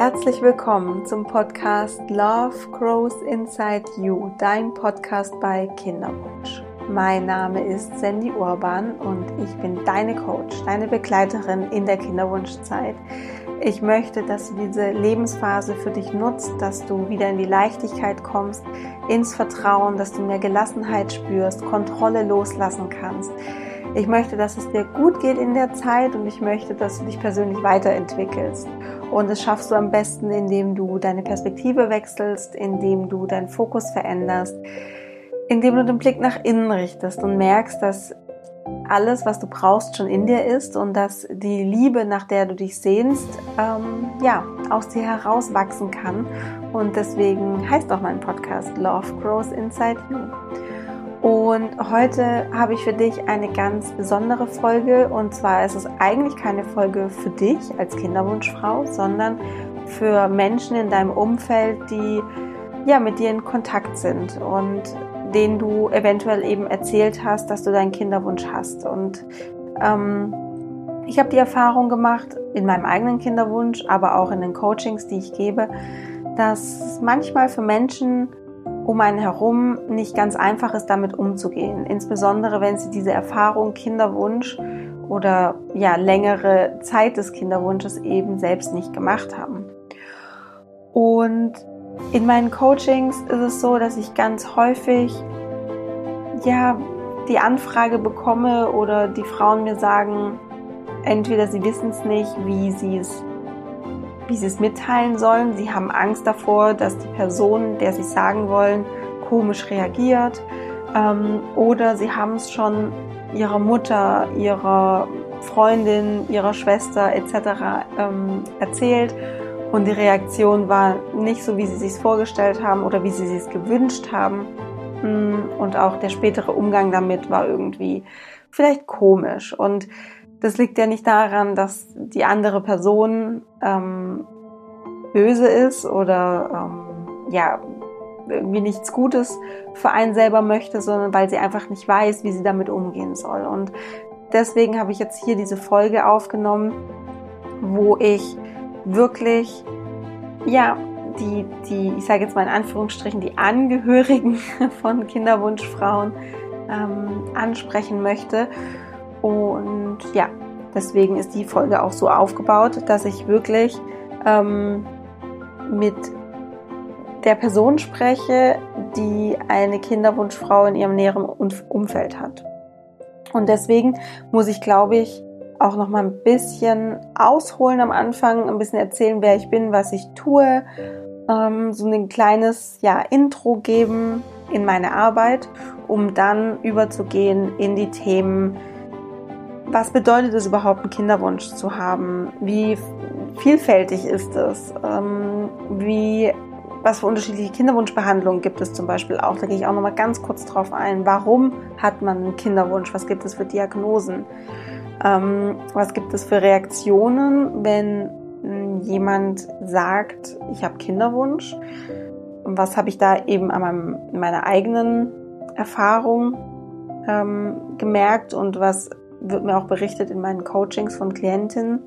Herzlich willkommen zum Podcast Love Grows Inside You, dein Podcast bei Kinderwunsch. Mein Name ist Sandy Urban und ich bin deine Coach, deine Begleiterin in der Kinderwunschzeit. Ich möchte, dass du diese Lebensphase für dich nutzt, dass du wieder in die Leichtigkeit kommst, ins Vertrauen, dass du mehr Gelassenheit spürst, Kontrolle loslassen kannst. Ich möchte, dass es dir gut geht in der Zeit und ich möchte, dass du dich persönlich weiterentwickelst. Und das schaffst du am besten, indem du deine Perspektive wechselst, indem du deinen Fokus veränderst, indem du den Blick nach innen richtest und merkst, dass alles, was du brauchst, schon in dir ist und dass die Liebe, nach der du dich sehnst, aus dir heraus wachsen kann. Und deswegen heißt auch mein Podcast Love Grows Inside You. Und heute habe ich für dich eine ganz besondere Folge, und zwar ist es eigentlich keine Folge für dich als Kinderwunschfrau, sondern für Menschen in deinem Umfeld, die mit dir in Kontakt sind und denen du eventuell eben erzählt hast, dass du deinen Kinderwunsch hast. Und ich habe die Erfahrung gemacht in meinem eigenen Kinderwunsch, aber auch in den Coachings, die ich gebe, dass es manchmal für Menschen um einen herum nicht ganz einfach ist, damit umzugehen. Insbesondere, wenn sie diese Erfahrung Kinderwunsch oder längere Zeit des Kinderwunsches eben selbst nicht gemacht haben. Und in meinen Coachings ist es so, dass ich ganz häufig die Anfrage bekomme oder die Frauen mir sagen, entweder sie wissen es nicht, wie sie es mitteilen sollen. Sie haben Angst davor, dass die Person, der sie es sagen wollen, komisch reagiert. Oder sie haben es schon ihrer Mutter, ihrer Freundin, ihrer Schwester etc. Erzählt. Und die Reaktion war nicht so, wie sie es sich vorgestellt haben oder wie sie es gewünscht haben. Und auch der spätere Umgang damit war irgendwie vielleicht komisch. Und das liegt ja nicht daran, dass die andere Person böse ist oder irgendwie nichts Gutes für einen selber möchte, sondern weil sie einfach nicht weiß, wie sie damit umgehen soll. Und deswegen habe ich jetzt hier diese Folge aufgenommen, wo ich wirklich ich sage jetzt mal in Anführungsstrichen, die Angehörigen von Kinderwunschfrauen ansprechen möchte. Und deswegen ist die Folge auch so aufgebaut, dass ich wirklich mit der Person spreche, die eine Kinderwunschfrau in ihrem näheren Umfeld hat. Und deswegen muss ich, glaube ich, auch noch mal ein bisschen ausholen am Anfang, ein bisschen erzählen, wer ich bin, was ich tue, so ein kleines Intro geben in meine Arbeit, um dann überzugehen in die Themen: Was bedeutet es überhaupt, einen Kinderwunsch zu haben? Wie vielfältig ist es? Was für unterschiedliche Kinderwunschbehandlungen gibt es zum Beispiel auch? Da gehe ich auch noch mal ganz kurz drauf ein. Warum hat man einen Kinderwunsch? Was gibt es für Diagnosen? Was gibt es für Reaktionen, wenn jemand sagt, ich habe Kinderwunsch? Und was habe ich da eben an meiner eigenen Erfahrung gemerkt und was wird mir auch berichtet in meinen Coachings von Klientinnen?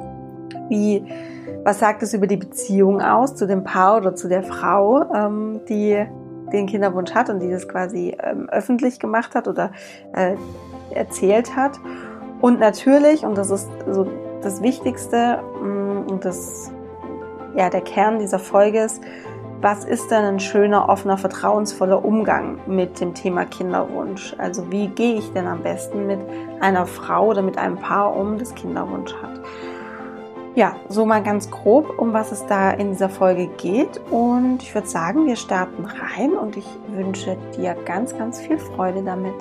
Was sagt es über die Beziehung aus zu dem Paar oder zu der Frau, die den Kinderwunsch hat und die das quasi öffentlich gemacht hat oder erzählt hat? Und natürlich, und das ist so das Wichtigste und der Kern dieser Folge ist, was ist denn ein schöner, offener, vertrauensvoller Umgang mit dem Thema Kinderwunsch? Also wie gehe ich denn am besten mit einer Frau oder mit einem Paar um, das Kinderwunsch hat? Ja, so mal ganz grob, um was es da in dieser Folge geht. Und ich würde sagen, wir starten rein und ich wünsche dir ganz, ganz viel Freude damit.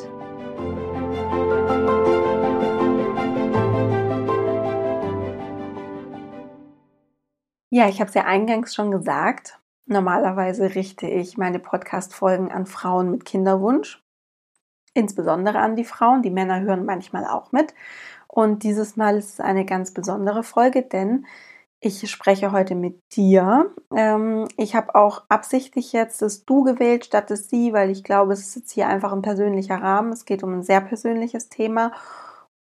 Ja, ich habe es ja eingangs schon gesagt. Normalerweise richte ich meine Podcast-Folgen an Frauen mit Kinderwunsch, insbesondere an die Frauen. Die Männer hören manchmal auch mit. Und dieses Mal ist es eine ganz besondere Folge, denn ich spreche heute mit dir. Ich habe auch absichtlich jetzt das Du gewählt statt das Sie, weil ich glaube, es ist jetzt hier einfach ein persönlicher Rahmen. Es geht um ein sehr persönliches Thema.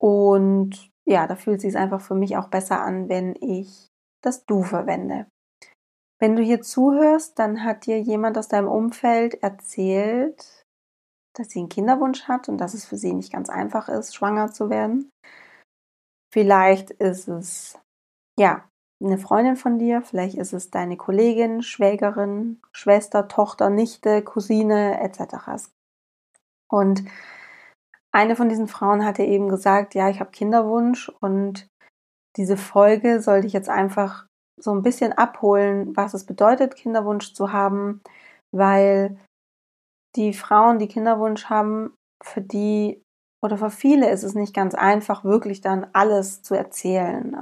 Und da fühlt es sich einfach für mich auch besser an, wenn ich das Du verwende. Wenn du hier zuhörst, dann hat dir jemand aus deinem Umfeld erzählt, dass sie einen Kinderwunsch hat und dass es für sie nicht ganz einfach ist, schwanger zu werden. Vielleicht ist es, ja, eine Freundin von dir, vielleicht ist es deine Kollegin, Schwägerin, Schwester, Tochter, Nichte, Cousine et cetera. Und eine von diesen Frauen hatte eben gesagt: „Ja, ich habe Kinderwunsch“, und diese Folge soll dich jetzt einfach so ein bisschen abholen, was es bedeutet, Kinderwunsch zu haben, weil die Frauen, die Kinderwunsch haben, für die oder für viele ist es nicht ganz einfach, wirklich dann alles zu erzählen,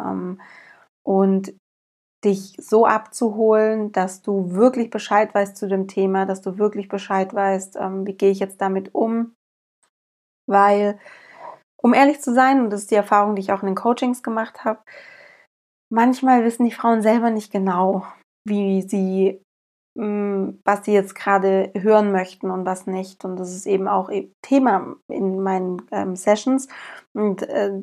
und dich so abzuholen, dass du wirklich Bescheid weißt zu dem Thema, dass du wirklich Bescheid weißt, wie gehe ich jetzt damit um. Weil, um ehrlich zu sein, und das ist die Erfahrung, die ich auch in den Coachings gemacht habe, manchmal wissen die Frauen selber nicht genau, wie sie was sie jetzt gerade hören möchten und was nicht. Und das ist eben auch Thema in meinen Sessions. Und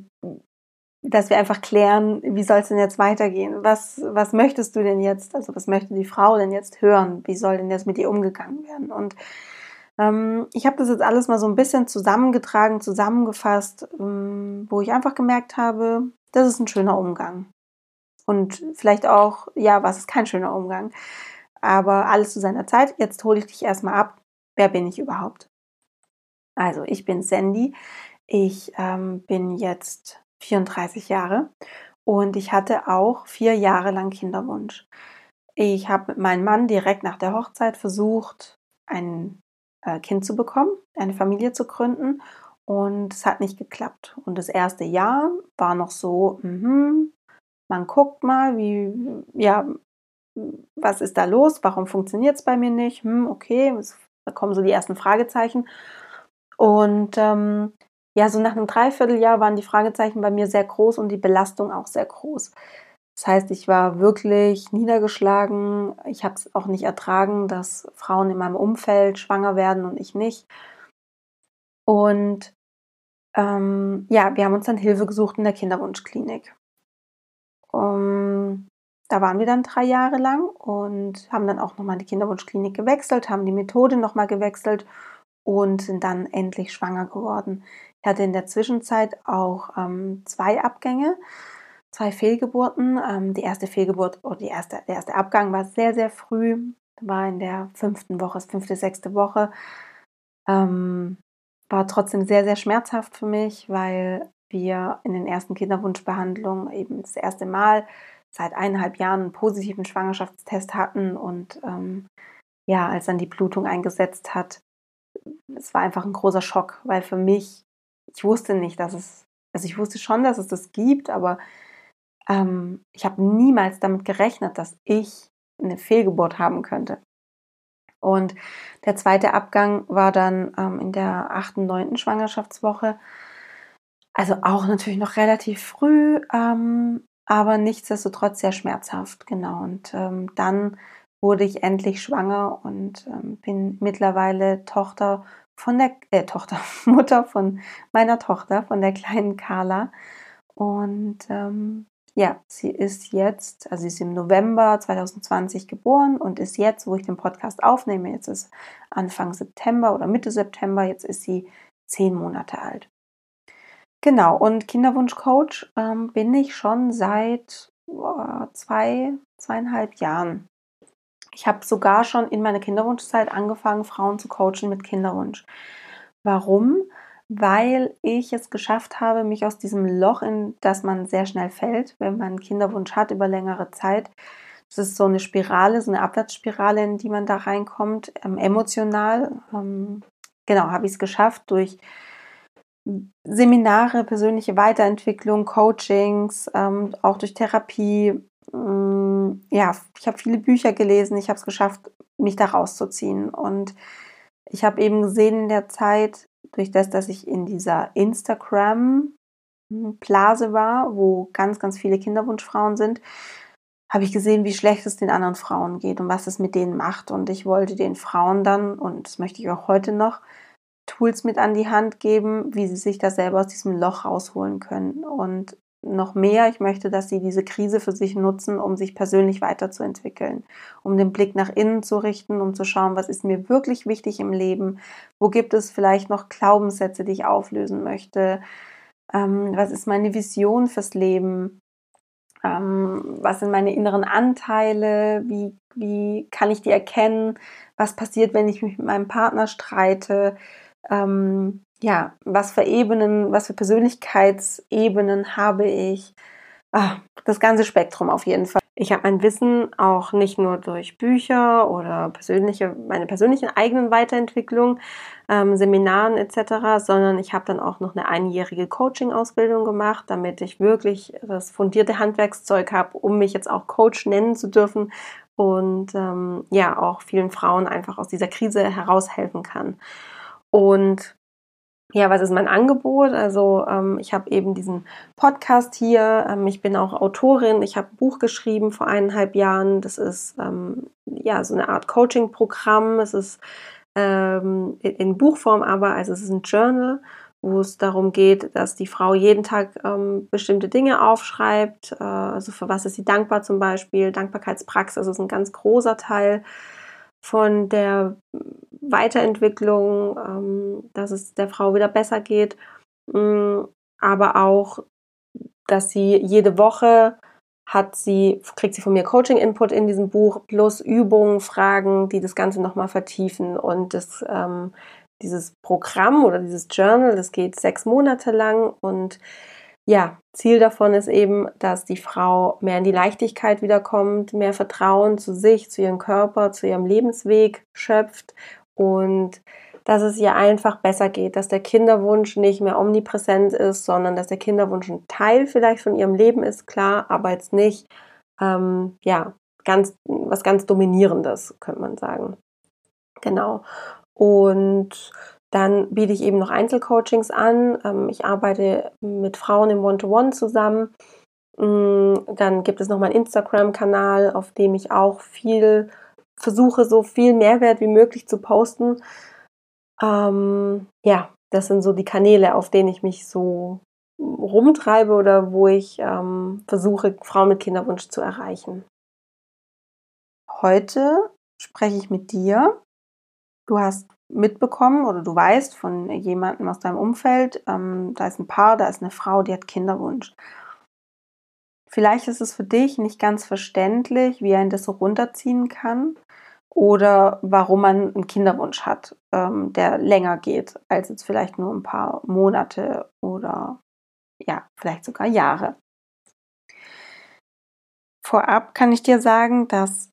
dass wir einfach klären, wie soll es denn jetzt weitergehen? Was möchtest du denn jetzt? Also was möchte die Frau denn jetzt hören? Wie soll denn jetzt mit ihr umgegangen werden? Und ich habe das jetzt alles mal so ein bisschen zusammengetragen, zusammengefasst, wo ich einfach gemerkt habe, das ist ein schöner Umgang. Und vielleicht auch, ja, was ist kein schöner Umgang? Aber alles zu seiner Zeit. Jetzt hole ich dich erstmal ab. Wer bin ich überhaupt? Also, ich bin Sandy. Ich bin jetzt 34 Jahre und ich hatte auch 4 Jahre lang Kinderwunsch. Ich habe mit meinem Mann direkt nach der Hochzeit versucht, ein Kind zu bekommen, eine Familie zu gründen, und es hat nicht geklappt. Und das erste Jahr war noch so, man guckt mal, wie, ja, was ist da los? Warum funktioniert es bei mir nicht? Okay, da kommen so die ersten Fragezeichen. Und ja, so nach einem Dreivierteljahr waren die Fragezeichen bei mir sehr groß und die Belastung auch sehr groß. Das heißt, ich war wirklich niedergeschlagen. Ich habe es auch nicht ertragen, dass Frauen in meinem Umfeld schwanger werden und ich nicht. Und ja, wir haben uns dann Hilfe gesucht in der Kinderwunschklinik. Da waren wir dann 3 Jahre lang und haben dann auch nochmal die Kinderwunschklinik gewechselt, haben die Methode nochmal gewechselt und sind dann endlich schwanger geworden. Ich hatte in der Zwischenzeit auch 2 Abgänge, 2 Fehlgeburten. Die erste Fehlgeburt oder der erste Abgang war sehr, sehr früh, war in der 5. Woche, 5., 6. Woche. Ähm, War trotzdem sehr, sehr schmerzhaft für mich, weil wir in den ersten Kinderwunschbehandlungen eben das erste Mal seit 1,5 Jahren einen positiven Schwangerschaftstest hatten und ja, als dann die Blutung eingesetzt hat, es war einfach ein großer Schock, weil für mich, ich wusste nicht, dass es, also ich wusste schon, dass es das gibt, aber ich habe niemals damit gerechnet, dass ich eine Fehlgeburt haben könnte. Und der zweite Abgang war dann in der 8., 9. Schwangerschaftswoche. Also auch natürlich noch relativ früh, aber nichtsdestotrotz sehr schmerzhaft, genau. Und dann wurde ich endlich schwanger und bin mittlerweile Mutter von meiner Tochter, von der kleinen Carla. Und ja, sie ist im November 2020 geboren und ist jetzt, wo ich den Podcast aufnehme, jetzt ist Anfang September oder Mitte September, jetzt ist sie 10 Monate alt. Genau, und Kinderwunschcoach bin ich schon seit 2,5 Jahren. Ich habe sogar schon in meiner Kinderwunschzeit angefangen, Frauen zu coachen mit Kinderwunsch. Warum? Weil ich es geschafft habe, mich aus diesem Loch, in das man sehr schnell fällt, wenn man Kinderwunsch hat über längere Zeit. Das ist so eine Spirale, so eine Abwärtsspirale, in die man da reinkommt, emotional. Genau, habe ich es geschafft durch Seminare, persönliche Weiterentwicklung, Coachings, auch durch Therapie. Ja, ich habe viele Bücher gelesen. Ich habe es geschafft, mich da rauszuziehen. Und ich habe eben gesehen in der Zeit, durch das, dass ich in dieser Instagram-Blase war, wo ganz, ganz viele Kinderwunschfrauen sind, habe ich gesehen, wie schlecht es den anderen Frauen geht und was es mit denen macht. Und ich wollte den Frauen dann, und das möchte ich auch heute noch, Tools mit an die Hand geben, wie sie sich da selber aus diesem Loch rausholen können. Und noch mehr. Ich möchte, dass sie diese Krise für sich nutzen, um sich persönlich weiterzuentwickeln, um den Blick nach innen zu richten, um zu schauen, was ist mir wirklich wichtig im Leben, wo gibt es vielleicht noch Glaubenssätze, die ich auflösen möchte, was ist meine Vision fürs Leben, was sind meine inneren Anteile, wie kann ich die erkennen, was passiert, wenn ich mich mit meinem Partner streite, was für Ebenen, was für Persönlichkeitsebenen habe ich. Das ganze Spektrum auf jeden Fall. Ich habe mein Wissen auch nicht nur durch Bücher oder meine persönlichen eigenen Weiterentwicklung, Seminaren etc., sondern ich habe dann auch noch eine einjährige Coaching-Ausbildung gemacht, damit ich wirklich das fundierte Handwerkszeug habe, um mich jetzt auch Coach nennen zu dürfen und auch vielen Frauen einfach aus dieser Krise heraushelfen kann. Und ja, was ist mein Angebot? Also ich habe eben diesen Podcast hier. Ich bin auch Autorin. Ich habe ein Buch geschrieben vor 1,5 Jahren. Das ist so eine Art Coaching-Programm. Es ist in Buchform aber, also es ist ein Journal, wo es darum geht, dass die Frau jeden Tag bestimmte Dinge aufschreibt. Also für was ist sie dankbar zum Beispiel? Dankbarkeitspraxis ist ein ganz großer Teil von der Weiterentwicklung, dass es der Frau wieder besser geht, aber auch, dass sie jede Woche kriegt sie von mir Coaching-Input in diesem Buch plus Übungen, Fragen, die das Ganze nochmal vertiefen. Und dieses Programm oder dieses Journal, das geht 6 Monate lang und ja, Ziel davon ist eben, dass die Frau mehr in die Leichtigkeit wiederkommt, mehr Vertrauen zu sich, zu ihrem Körper, zu ihrem Lebensweg schöpft und dass es ihr einfach besser geht, dass der Kinderwunsch nicht mehr omnipräsent ist, sondern dass der Kinderwunsch ein Teil vielleicht von ihrem Leben ist, klar, aber jetzt nicht was ganz Dominierendes, könnte man sagen. Genau. Und dann biete ich eben noch Einzelcoachings an. Ich arbeite mit Frauen im One-to-One zusammen. Dann gibt es noch meinen Instagram-Kanal, auf dem ich auch versuche, so viel Mehrwert wie möglich zu posten. Das sind so die Kanäle, auf denen ich mich so rumtreibe oder wo ich versuche, Frauen mit Kinderwunsch zu erreichen. Heute spreche ich mit dir. Du hast mitbekommen oder du weißt von jemandem aus deinem Umfeld, da ist ein Paar, da ist eine Frau, die hat Kinderwunsch. Vielleicht ist es für dich nicht ganz verständlich, wie ein das so runterziehen kann oder warum man einen Kinderwunsch hat, der länger geht als jetzt vielleicht nur ein paar Monate oder vielleicht sogar Jahre. Vorab kann ich dir sagen, dass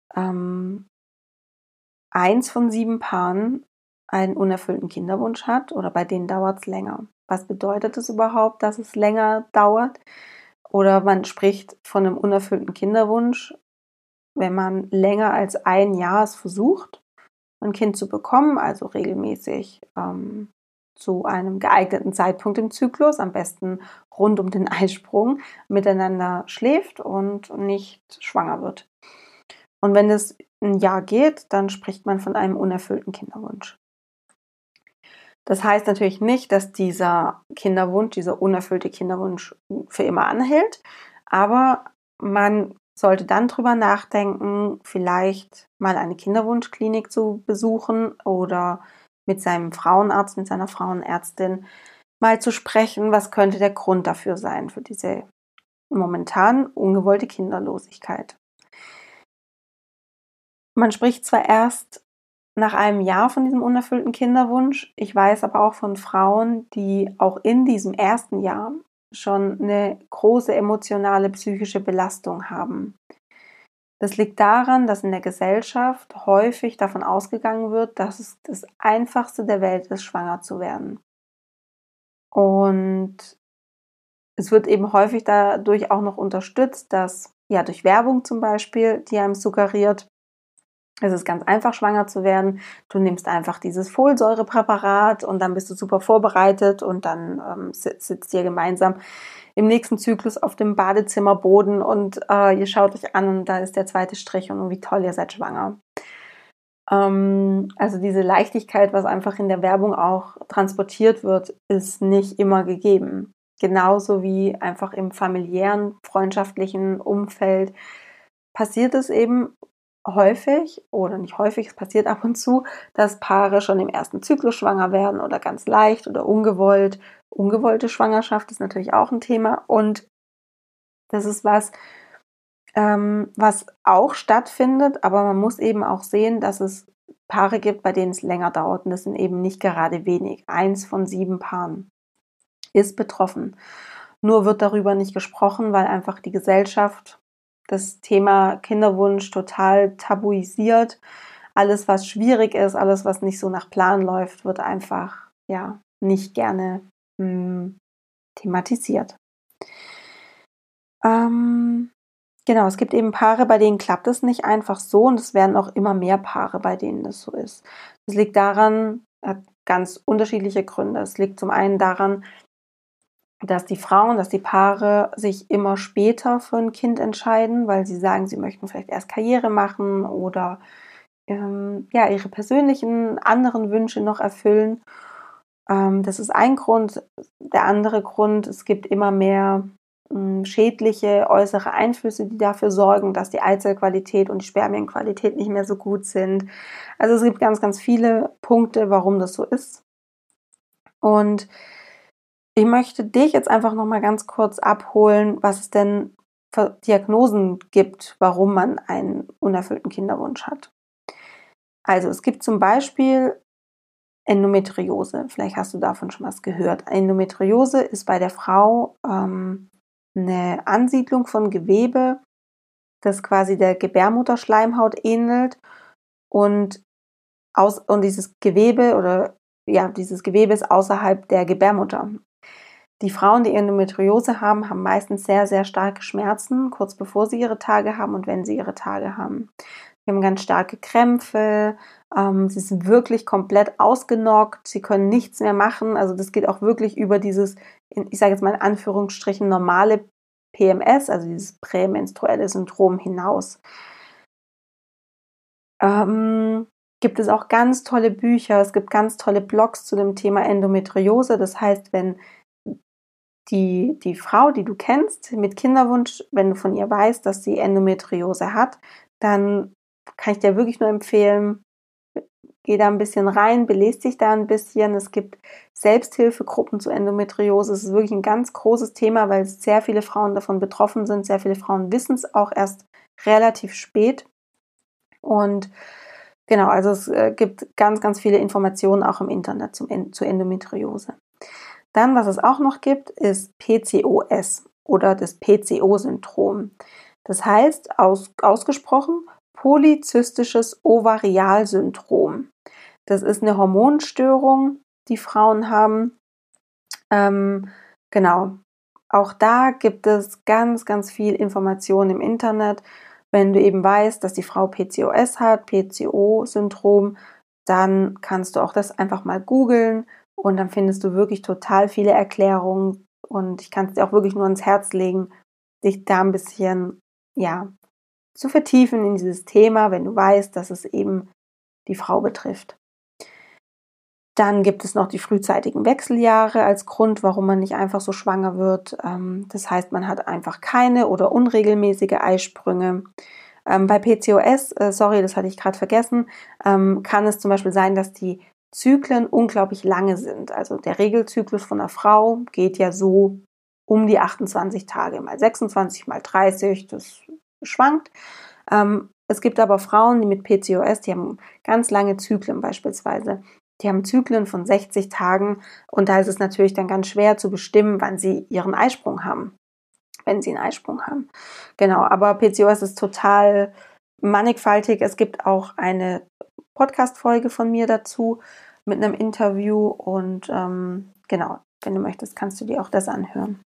1 von 7 Paaren einen unerfüllten Kinderwunsch hat oder bei denen dauert es länger. Was bedeutet es überhaupt, dass es länger dauert? Oder man spricht von einem unerfüllten Kinderwunsch, wenn man länger als 1 Jahr es versucht, ein Kind zu bekommen, also regelmäßig zu einem geeigneten Zeitpunkt im Zyklus, am besten rund um den Eisprung, miteinander schläft und nicht schwanger wird. Und wenn es ein Jahr geht, dann spricht man von einem unerfüllten Kinderwunsch. Das heißt natürlich nicht, dass dieser unerfüllte Kinderwunsch für immer anhält, aber man sollte dann drüber nachdenken, vielleicht mal eine Kinderwunschklinik zu besuchen oder mit seinem Frauenarzt, mit seiner Frauenärztin mal zu sprechen, was könnte der Grund dafür sein, für diese momentan ungewollte Kinderlosigkeit. Man spricht zwar erst nach 1 Jahr von diesem unerfüllten Kinderwunsch, ich weiß aber auch von Frauen, die auch in diesem ersten Jahr schon eine große emotionale, psychische Belastung haben. Das liegt daran, dass in der Gesellschaft häufig davon ausgegangen wird, dass es das Einfachste der Welt ist, schwanger zu werden. Und es wird eben häufig dadurch auch noch unterstützt, dass durch Werbung zum Beispiel, die einem suggeriert, es ist ganz einfach, schwanger zu werden. Du nimmst einfach dieses Folsäurepräparat und dann bist du super vorbereitet und dann sitzt ihr gemeinsam im nächsten Zyklus auf dem Badezimmerboden und ihr schaut euch an und da ist der 2. Strich und wie toll, ihr seid schwanger. Also diese Leichtigkeit, was einfach in der Werbung auch transportiert wird, ist nicht immer gegeben. genauso wie einfach im familiären, freundschaftlichen Umfeld passiert es eben häufig oder nicht häufig, es passiert ab und zu, dass Paare schon im ersten Zyklus schwanger werden oder ganz leicht oder ungewollt. Ungewollte Schwangerschaft ist natürlich auch ein Thema und das ist was auch stattfindet, aber man muss eben auch sehen, dass es Paare gibt, bei denen es länger dauert und das sind eben nicht gerade wenig. 1 von 7 Paaren ist betroffen. Nur wird darüber nicht gesprochen, weil einfach die Gesellschaft das Thema Kinderwunsch total tabuisiert. Alles, was schwierig ist, alles, was nicht so nach Plan läuft, wird einfach nicht gerne thematisiert. Genau, es gibt eben Paare, bei denen klappt es nicht einfach so und es werden auch immer mehr Paare, bei denen das so ist. Das liegt daran, hat ganz unterschiedliche Gründe. Es liegt zum einen daran, dass die Paare sich immer später für ein Kind entscheiden, weil sie sagen, sie möchten vielleicht erst Karriere machen oder ihre persönlichen anderen Wünsche noch erfüllen. Das ist ein Grund. Der andere Grund, es gibt immer mehr schädliche äußere Einflüsse, die dafür sorgen, dass die Eizellqualität und die Spermienqualität nicht mehr so gut sind. Also es gibt ganz, ganz viele Punkte, warum das so ist. Und ich möchte dich jetzt einfach noch mal ganz kurz abholen, was es denn für Diagnosen gibt, warum man einen unerfüllten Kinderwunsch hat. Also es gibt zum Beispiel Endometriose. Vielleicht hast du davon schon was gehört. Endometriose ist bei der Frau eine Ansiedlung von Gewebe, das quasi der Gebärmutterschleimhaut ähnelt und dieses Gewebe ist außerhalb der Gebärmutter. Die Frauen, die Endometriose haben, haben meistens sehr, sehr starke Schmerzen, kurz bevor sie ihre Tage haben und wenn sie ihre Tage haben. Sie haben ganz starke Krämpfe, sie sind wirklich komplett ausgenockt, sie können nichts mehr machen. Also das geht auch wirklich über dieses, ich sage jetzt mal in Anführungsstrichen, normale PMS, also dieses prämenstruelle Syndrom hinaus. Gibt es auch ganz tolle Bücher, es gibt ganz tolle Blogs zu dem Thema Endometriose. Das heißt, wenn die Frau, die du kennst mit Kinderwunsch, wenn du von ihr weißt, dass sie Endometriose hat, dann kann ich dir wirklich nur empfehlen, geh da ein bisschen rein, belest dich da ein bisschen. Es gibt Selbsthilfegruppen zu Endometriose. Es ist wirklich ein ganz großes Thema, weil sehr viele Frauen davon betroffen sind. Sehr viele Frauen wissen es auch erst relativ spät. Und genau, also es gibt ganz, ganz viele Informationen auch im Internet zu Endometriose. Dann, was es auch noch gibt, ist PCOS oder das PCO-Syndrom. Das heißt, ausgesprochen, polyzystisches Ovarialsyndrom. Das ist eine Hormonstörung, die Frauen haben. Genau. Auch da gibt es ganz, ganz viel Information im Internet. Wenn du eben weißt, dass die Frau PCOS hat, PCO-Syndrom, dann kannst du auch das einfach mal googeln und dann findest du wirklich total viele Erklärungen und ich kann es dir auch wirklich nur ans Herz legen, dich da ein bisschen, zu vertiefen in dieses Thema, wenn du weißt, dass es eben die Frau betrifft. Dann gibt es noch die frühzeitigen Wechseljahre als Grund, warum man nicht einfach so schwanger wird. Das heißt, man hat einfach keine oder unregelmäßige Eisprünge. Bei PCOS, das hatte ich gerade vergessen, kann es zum Beispiel sein, dass die Zyklen unglaublich lange sind. Also der Regelzyklus von einer Frau geht ja so um die 28 Tage, mal 26, mal 30, das schwankt. Es gibt aber Frauen, die mit PCOS, die haben ganz lange Zyklen beispielsweise. Die haben Zyklen von 60 Tagen und da ist es natürlich dann ganz schwer zu bestimmen, wann sie ihren Eisprung haben, wenn sie einen Eisprung haben. Genau, aber PCOS ist total mannigfaltig. Es gibt auch eine Podcast-Folge von mir dazu mit einem Interview und genau, wenn du möchtest, kannst du dir auch das anhören.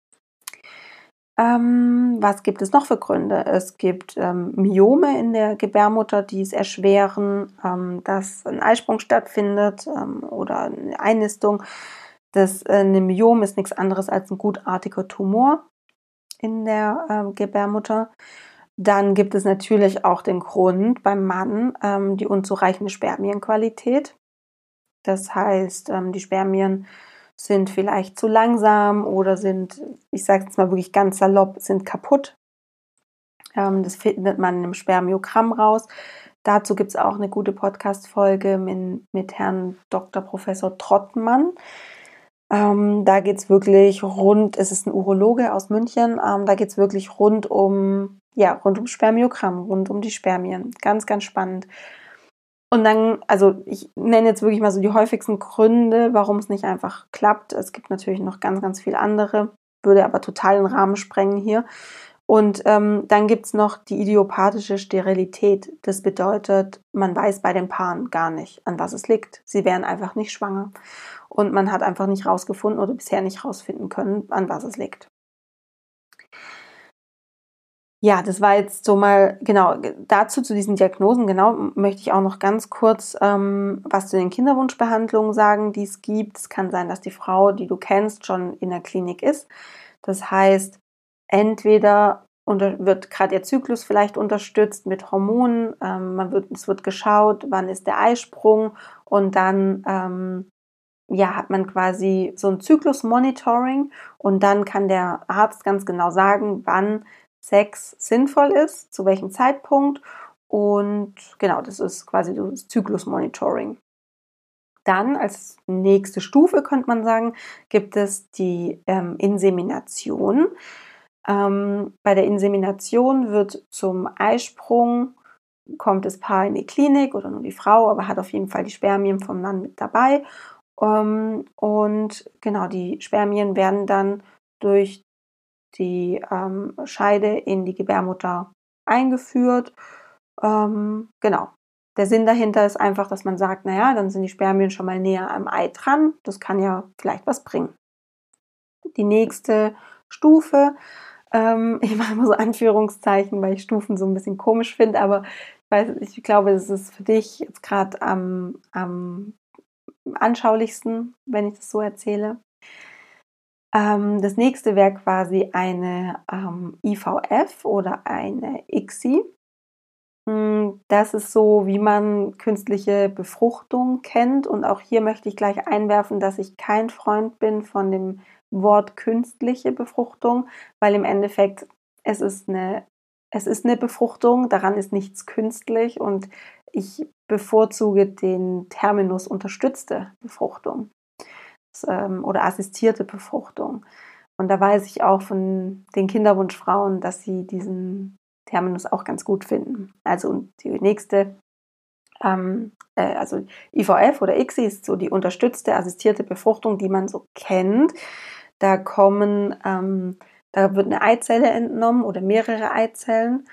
Was gibt es noch für Gründe? Es gibt Myome in der Gebärmutter, die es erschweren, dass ein Eisprung stattfindet oder eine Einnistung. Ein Myom ist nichts anderes als ein gutartiger Tumor in der Gebärmutter. Dann gibt es natürlich auch den Grund beim Mann, die unzureichende Spermienqualität. Das heißt, die Spermien sind vielleicht zu langsam oder sind, ich sage jetzt mal wirklich ganz salopp, sind kaputt. Das findet man im Spermiogramm raus. Dazu gibt es auch eine gute Podcast-Folge mit Herrn Dr. Professor Trottmann. Da geht es wirklich es ist ein Urologe aus München, da geht es wirklich rund um Spermiogramm, rund um die Spermien. Ganz, ganz spannend. Und dann, also ich nenne jetzt wirklich mal so die häufigsten Gründe, warum es nicht einfach klappt. Es gibt natürlich noch ganz, ganz viele andere, würde aber total den Rahmen sprengen hier. Und dann gibt es noch die idiopathische Sterilität. Das bedeutet, man weiß bei den Paaren gar nicht, an was es liegt. Sie wären einfach nicht schwanger. Und man hat einfach nicht rausgefunden oder bisher nicht rausfinden können, an was es liegt. Ja, das war jetzt so mal, genau, dazu zu diesen Diagnosen, genau, möchte ich auch noch ganz kurz was zu den Kinderwunschbehandlungen sagen, die es gibt. Es kann sein, dass die Frau, die du kennst, schon in der Klinik ist. Das heißt, entweder wird gerade ihr Zyklus vielleicht unterstützt mit Hormonen, es wird geschaut, wann ist der Eisprung und dann hat man quasi so ein Zyklus-Monitoring und dann kann der Arzt ganz genau sagen, wann Sex sinnvoll ist, zu welchem Zeitpunkt und genau, das ist quasi das Zyklus-Monitoring. Dann als nächste Stufe, könnte man sagen, gibt es die Insemination. Bei der Insemination wird zum Eisprung, kommt das Paar in die Klinik oder nur die Frau, aber hat auf jeden Fall die Spermien vom Mann mit dabei. Und genau, die Spermien werden dann durch die Scheide in die Gebärmutter eingeführt. Genau. Der Sinn dahinter ist einfach, dass man sagt, naja, dann sind die Spermien schon mal näher am Ei dran. Das kann ja vielleicht was bringen. Die nächste Stufe, ich mache immer so Anführungszeichen, weil ich Stufen so ein bisschen komisch finde, aber ich glaube, das ist für dich jetzt gerade am anschaulichsten, wenn ich das so erzähle. Das nächste wäre quasi eine IVF oder eine ICSI. Das ist so, wie man künstliche Befruchtung kennt. Und auch hier möchte ich gleich einwerfen, dass ich kein Freund bin von dem Wort künstliche Befruchtung, weil im Endeffekt es ist eine Befruchtung, daran ist nichts künstlich und ich bevorzuge den Terminus unterstützte Befruchtung oder assistierte Befruchtung. Und da weiß ich auch von den Kinderwunschfrauen, dass sie diesen Terminus auch ganz gut finden. Also die nächste, also IVF oder ICSI ist so die unterstützte, assistierte Befruchtung, die man so kennt. Da wird eine Eizelle entnommen oder mehrere Eizellen.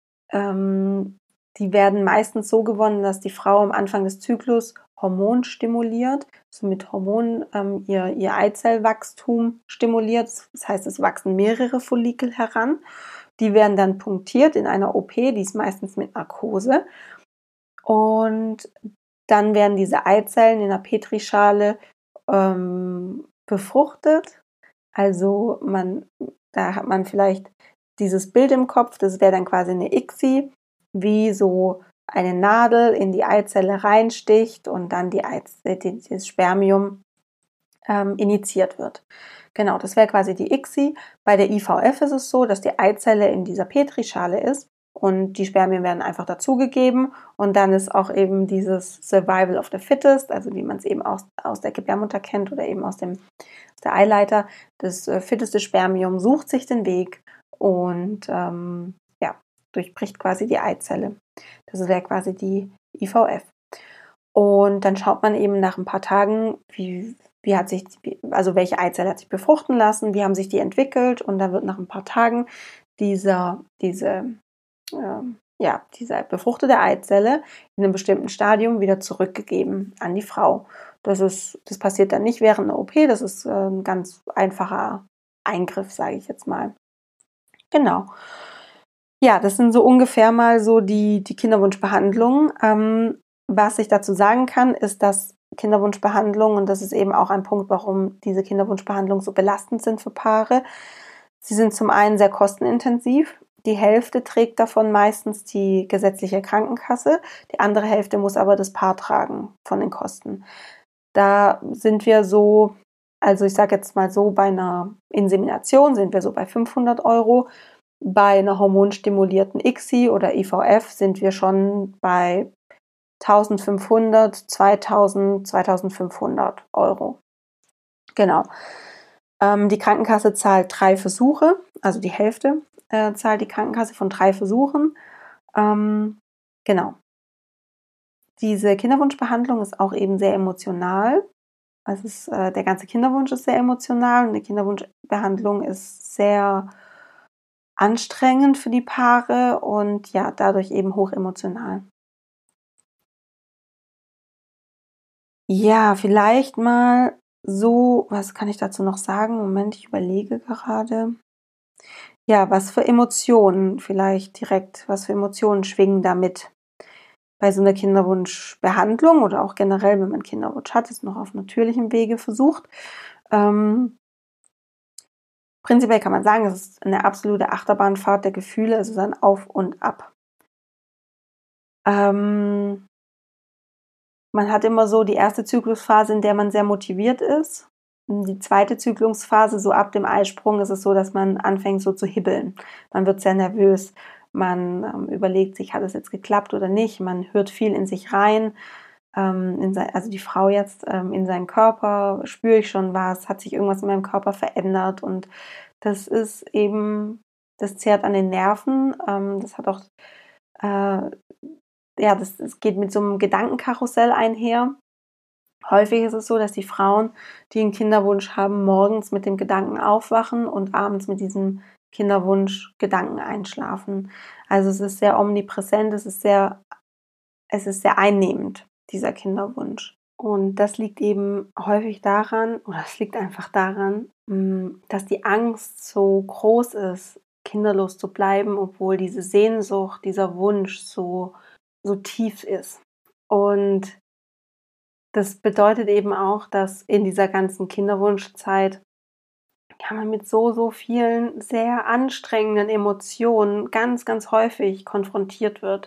Die werden meistens so gewonnen, dass die Frau am Anfang des Zyklus Hormon stimuliert, also mit Hormonen ihr Eizellwachstum stimuliert. Das heißt, es wachsen mehrere Follikel heran. Die werden dann punktiert in einer OP, die ist meistens mit Narkose. Und dann werden diese Eizellen in einer Petrischale befruchtet. Also da hat man vielleicht dieses Bild im Kopf, das wäre dann quasi eine ICSI, wie so eine Nadel in die Eizelle reinsticht und dann das Spermium initiiert wird. Genau, das wäre quasi die ICSI. Bei der IVF ist es so, dass die Eizelle in dieser Petrischale ist und die Spermien werden einfach dazugegeben und dann ist auch eben dieses Survival of the Fittest, also wie man es eben aus der Gebärmutter kennt oder eben aus der Eileiter, das fitteste Spermium sucht sich den Weg und durchbricht quasi die Eizelle. Das wäre quasi die IVF. Und dann schaut man eben nach ein paar Tagen, welche Eizelle hat sich befruchten lassen, wie haben sich die entwickelt und dann wird nach ein paar Tagen diese befruchtete Eizelle in einem bestimmten Stadium wieder zurückgegeben an die Frau. Das passiert dann nicht während einer OP, das ist ein ganz einfacher Eingriff, sage ich jetzt mal. Genau. Ja, das sind so ungefähr mal so die Kinderwunschbehandlungen. Was ich dazu sagen kann, ist, dass Kinderwunschbehandlungen, und das ist eben auch ein Punkt, warum diese Kinderwunschbehandlungen so belastend sind für Paare, sie sind zum einen sehr kostenintensiv. Die Hälfte trägt davon meistens die gesetzliche Krankenkasse, die andere Hälfte muss aber das Paar tragen von den Kosten. Da sind wir so Also ich sage jetzt mal so, bei einer Insemination sind wir so bei 500 Euro. Bei einer hormonstimulierten ICSI oder IVF sind wir schon bei 1500, 2000, 2500 Euro. Genau. Die Krankenkasse zahlt 3 Versuche, also die Hälfte zahlt die Krankenkasse von 3 Versuchen. Genau. Diese Kinderwunschbehandlung ist auch eben sehr emotional. Also der ganze Kinderwunsch ist sehr emotional und eine Kinderwunschbehandlung ist sehr anstrengend für die Paare und ja, dadurch eben hoch emotional. Ja, vielleicht mal so, was kann ich dazu noch sagen? Moment, ich überlege gerade. Ja, was für Emotionen vielleicht direkt, was für Emotionen schwingen da mit? Bei so einer Kinderwunschbehandlung oder auch generell, wenn man Kinderwunsch hat, es noch auf natürlichem Wege versucht. Prinzipiell kann man sagen, es ist eine absolute Achterbahnfahrt der Gefühle, es ist ein Auf und Ab. Man hat immer so die erste Zyklusphase, in der man sehr motiviert ist. Die zweite Zyklusphase, so ab dem Eisprung, ist es so, dass man anfängt so zu hibbeln. Man wird sehr nervös. Man überlegt sich, hat es jetzt geklappt oder nicht. Man hört viel in sich rein. Also die Frau jetzt in seinen Körper, spüre ich schon was, hat sich irgendwas in meinem Körper verändert. Und das ist eben, das zehrt an den Nerven. Das hat auch, das geht mit so einem Gedankenkarussell einher. Häufig ist es so, dass die Frauen, die einen Kinderwunsch haben, morgens mit dem Gedanken aufwachen und abends mit diesem Kinderwunsch-Gedanken einschlafen. Also es ist sehr omnipräsent, es ist sehr einnehmend, dieser Kinderwunsch. Und das liegt eben häufig daran, oder es liegt einfach daran, dass die Angst so groß ist, kinderlos zu bleiben, obwohl diese Sehnsucht, dieser Wunsch so tief ist. Und das bedeutet eben auch, dass in dieser ganzen Kinderwunschzeit man mit so vielen sehr anstrengenden Emotionen ganz, ganz häufig konfrontiert wird.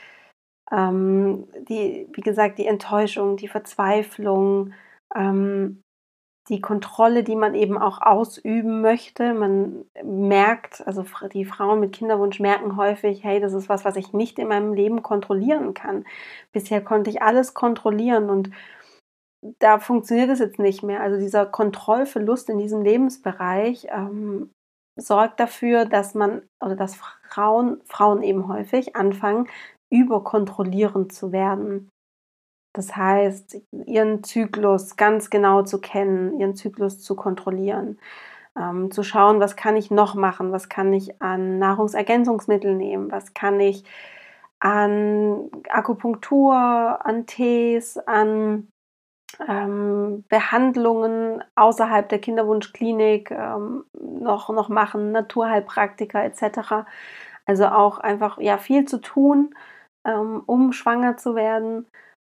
Wie gesagt, die Enttäuschung, die Verzweiflung, die Kontrolle, die man eben auch ausüben möchte. Man merkt, also die Frauen mit Kinderwunsch merken häufig, hey, das ist was ich nicht in meinem Leben kontrollieren kann. Bisher konnte ich alles kontrollieren und da funktioniert es jetzt nicht mehr. Also dieser Kontrollverlust in diesem Lebensbereich sorgt dafür, dass Frauen eben häufig anfangen, überkontrollierend zu werden. Das heißt, ihren Zyklus ganz genau zu kennen, ihren Zyklus zu kontrollieren, zu schauen, was kann ich noch machen, was kann ich an Nahrungsergänzungsmitteln nehmen, was kann ich an Akupunktur, an Tees, an Behandlungen außerhalb der Kinderwunschklinik noch machen, Naturheilpraktiker etc. Also auch einfach viel zu tun, um schwanger zu werden.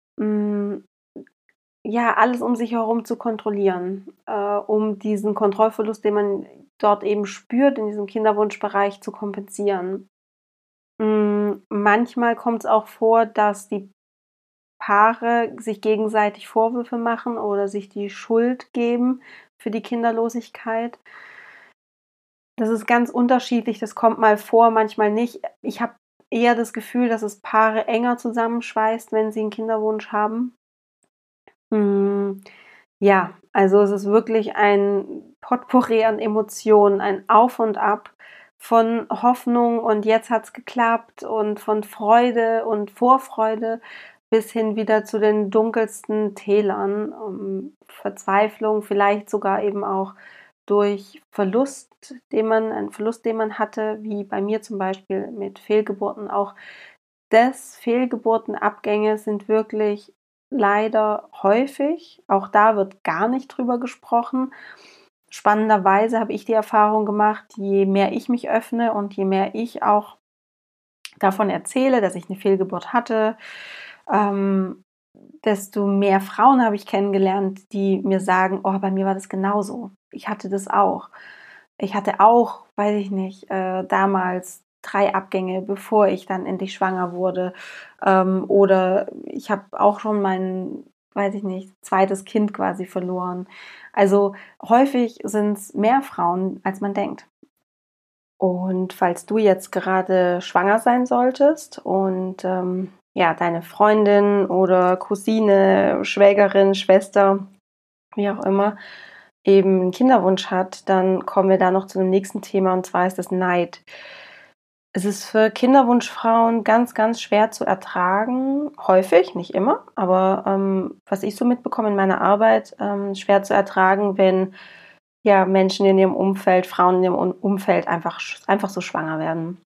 Alles um sich herum zu kontrollieren, um diesen Kontrollverlust, den man dort eben spürt, in diesem Kinderwunschbereich zu kompensieren. Manchmal kommt es auch vor, dass die Paare sich gegenseitig Vorwürfe machen oder sich die Schuld geben für die Kinderlosigkeit. Das ist ganz unterschiedlich, das kommt mal vor, manchmal nicht. Ich habe eher das Gefühl, dass es Paare enger zusammenschweißt, wenn sie einen Kinderwunsch haben. Ja, also es ist wirklich ein Potpourri an Emotionen, ein Auf und Ab von Hoffnung und jetzt hat's geklappt und von Freude und Vorfreude bis hin wieder zu den dunkelsten Tälern, Verzweiflung, vielleicht sogar eben auch durch einen Verlust, den man hatte, wie bei mir zum Beispiel mit Fehlgeburten. Auch Fehlgeburtenabgänge sind wirklich leider häufig. Auch da wird gar nicht drüber gesprochen. Spannenderweise habe ich die Erfahrung gemacht, je mehr ich mich öffne und je mehr ich auch davon erzähle, dass ich eine Fehlgeburt hatte, desto mehr Frauen habe ich kennengelernt, die mir sagen, oh, bei mir war das genauso. Ich hatte das auch. Ich hatte auch, weiß ich nicht, damals 3 Abgänge, bevor ich dann endlich schwanger wurde. Oder ich habe auch schon mein, weiß ich nicht, zweites Kind quasi verloren. Also häufig sind es mehr Frauen, als man denkt. Und falls du jetzt gerade schwanger sein solltest und ja, deine Freundin oder Cousine, Schwägerin, Schwester, wie auch immer, eben einen Kinderwunsch hat, dann kommen wir da noch zu dem nächsten Thema, und zwar ist das Neid. Es ist für Kinderwunschfrauen ganz, ganz schwer zu ertragen, häufig, nicht immer, aber was ich so mitbekomme in meiner Arbeit, schwer zu ertragen, wenn ja Menschen in ihrem Umfeld, Frauen in ihrem Umfeld einfach so schwanger werden.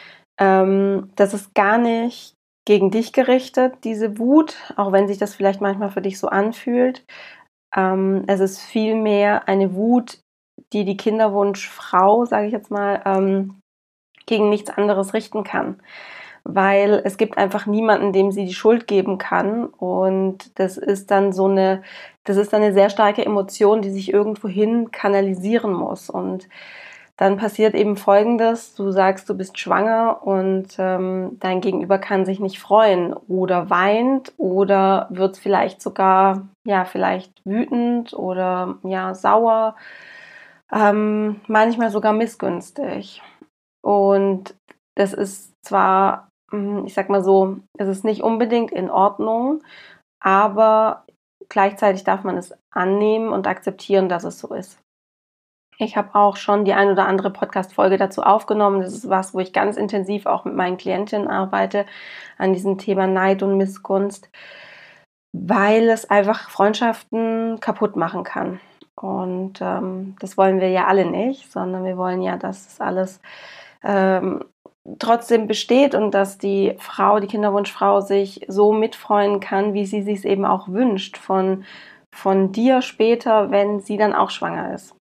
Das ist gar nicht gegen dich gerichtet, diese Wut, auch wenn sich das vielleicht manchmal für dich so anfühlt. Es ist vielmehr eine Wut, die die Kinderwunschfrau, sage ich jetzt mal, gegen nichts anderes richten kann. Weil es gibt einfach niemanden, dem sie die Schuld geben kann. Und das ist dann eine sehr starke Emotion, die sich irgendwohin kanalisieren muss. Und dann passiert eben Folgendes: Du sagst, du bist schwanger und dein Gegenüber kann sich nicht freuen oder weint oder wird vielleicht sogar, ja, vielleicht wütend oder ja, sauer, manchmal sogar missgünstig. Und das ist zwar, ich sag mal so, es ist nicht unbedingt in Ordnung, aber gleichzeitig darf man es annehmen und akzeptieren, dass es so ist. Ich habe auch schon die ein oder andere Podcast-Folge dazu aufgenommen. Das ist was, wo ich ganz intensiv auch mit meinen Klientinnen arbeite, an diesem Thema Neid und Missgunst, weil es einfach Freundschaften kaputt machen kann. Und das wollen wir ja alle nicht, sondern wir wollen ja, dass es alles trotzdem besteht und dass die Kinderwunschfrau sich so mitfreuen kann, wie sie sich eben auch wünscht von dir später, wenn sie dann auch schwanger ist.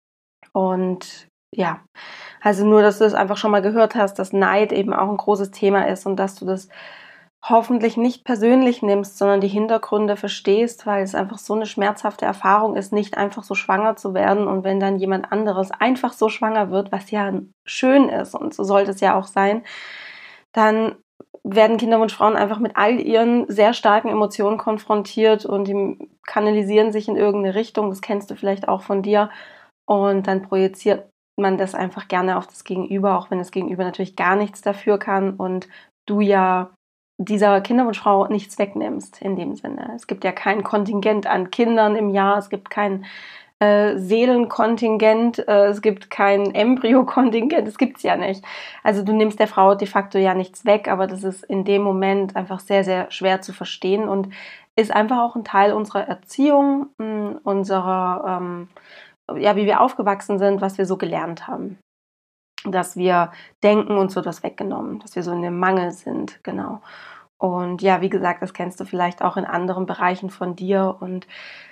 Und ja, also nur, dass du es einfach schon mal gehört hast, dass Neid eben auch ein großes Thema ist und dass du das hoffentlich nicht persönlich nimmst, sondern die Hintergründe verstehst, weil es einfach so eine schmerzhafte Erfahrung ist, nicht einfach so schwanger zu werden. Und wenn dann jemand anderes einfach so schwanger wird, was ja schön ist und so sollte es ja auch sein, dann werden Kinderwunschfrauen einfach mit all ihren sehr starken Emotionen konfrontiert und die kanalisieren sich in irgendeine Richtung. Das kennst du vielleicht auch von dir. Und dann projiziert man das einfach gerne auf das Gegenüber, auch wenn das Gegenüber natürlich gar nichts dafür kann und du ja dieser Kinderwunschfrau nichts wegnimmst in dem Sinne. Es gibt ja kein Kontingent an Kindern im Jahr, es gibt kein Seelenkontingent, es gibt kein Embryokontingent, das gibt es ja nicht. Also du nimmst der Frau de facto ja nichts weg, aber das ist in dem Moment einfach sehr, sehr schwer zu verstehen und ist einfach auch ein Teil unserer Erziehung, unserer, ja, wie wir aufgewachsen sind, was wir so gelernt haben. Dass wir denken, uns wird was weggenommen, dass wir so in dem Mangel sind, genau. Und ja, wie gesagt, das kennst du vielleicht auch in anderen Bereichen von dir und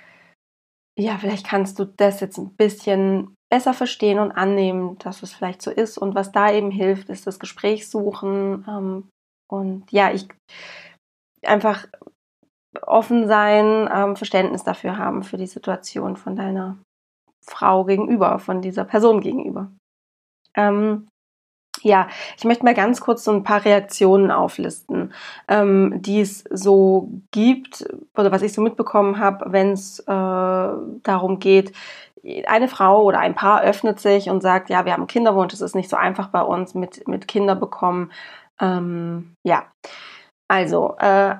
ja, vielleicht kannst du das jetzt ein bisschen besser verstehen und annehmen, dass es vielleicht so ist. Und was da eben hilft, ist das Gespräch suchen und ja, einfach offen sein, Verständnis dafür haben, für die Situation von deiner Frau gegenüber, von dieser Person gegenüber. Ja, ich möchte mal ganz kurz so ein paar Reaktionen auflisten, die es so gibt oder was ich so mitbekommen habe, wenn es darum geht, eine Frau oder ein Paar öffnet sich und sagt, ja, wir haben einen Kinderwunsch, es ist nicht so einfach bei uns mit Kinder bekommen. Ja, also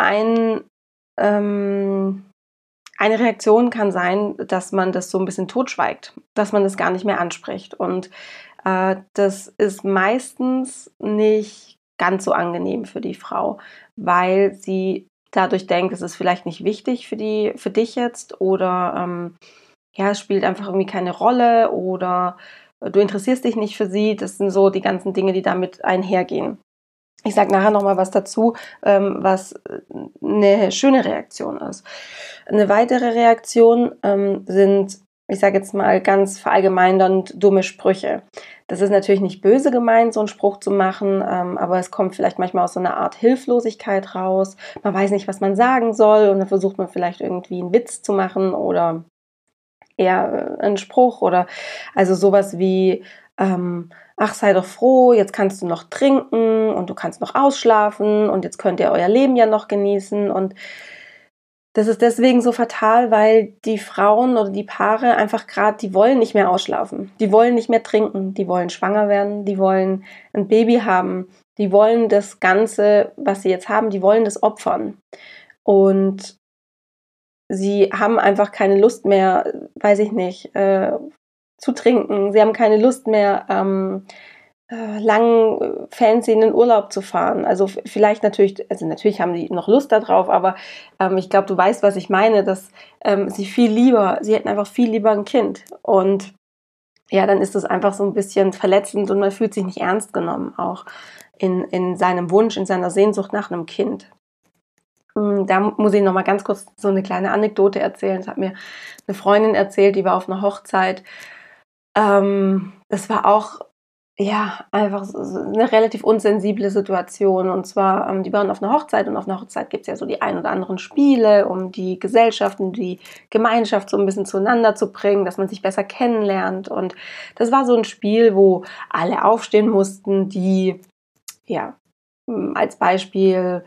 eine Reaktion kann sein, dass man das so ein bisschen totschweigt, dass man das gar nicht mehr anspricht. Und das ist meistens nicht ganz so angenehm für die Frau, weil sie dadurch denkt, es ist vielleicht nicht wichtig für dich jetzt oder ja, es spielt einfach irgendwie keine Rolle oder du interessierst dich nicht für sie. Das sind so die ganzen Dinge, die damit einhergehen. Ich sage nachher nochmal was dazu, was eine schöne Reaktion ist. Eine weitere Reaktion sind, ich sage jetzt mal ganz verallgemeinernd, dumme Sprüche. Das ist natürlich nicht böse gemeint, so einen Spruch zu machen, aber es kommt vielleicht manchmal aus so einer Art Hilflosigkeit raus. Man weiß nicht, was man sagen soll und dann versucht man vielleicht irgendwie einen Witz zu machen oder eher einen Spruch oder also sowas wie ach, sei doch froh, jetzt kannst du noch trinken und du kannst noch ausschlafen und jetzt könnt ihr euer Leben ja noch genießen und Das ist deswegen so fatal, weil die Frauen oder die Paare einfach gerade, die wollen nicht mehr ausschlafen, die wollen nicht mehr trinken, die wollen schwanger werden, die wollen ein Baby haben, die wollen das Ganze, was sie jetzt haben, die wollen das opfern. Und sie haben einfach keine Lust mehr, weiß ich nicht, zu trinken. Sie haben keine Lust mehr, lang fancy in den Urlaub zu fahren. Also vielleicht natürlich haben die noch Lust darauf, aber ich glaube, du weißt, was ich meine, dass sie hätten einfach viel lieber ein Kind. Und ja, dann ist es einfach so ein bisschen verletzend und man fühlt sich nicht ernst genommen, auch in seinem Wunsch, in seiner Sehnsucht nach einem Kind. Da muss ich noch mal ganz kurz so eine kleine Anekdote erzählen. Das hat mir eine Freundin erzählt, die war auf einer Hochzeit. Das war auch ja einfach so eine relativ unsensible Situation. Und zwar, die waren auf einer Hochzeit und auf einer Hochzeit gibt es ja so die ein oder anderen Spiele, um die Gesellschaft und die Gemeinschaft so ein bisschen zueinander zu bringen, dass man sich besser kennenlernt. Und das war so ein Spiel, wo alle aufstehen mussten, die ja als Beispiel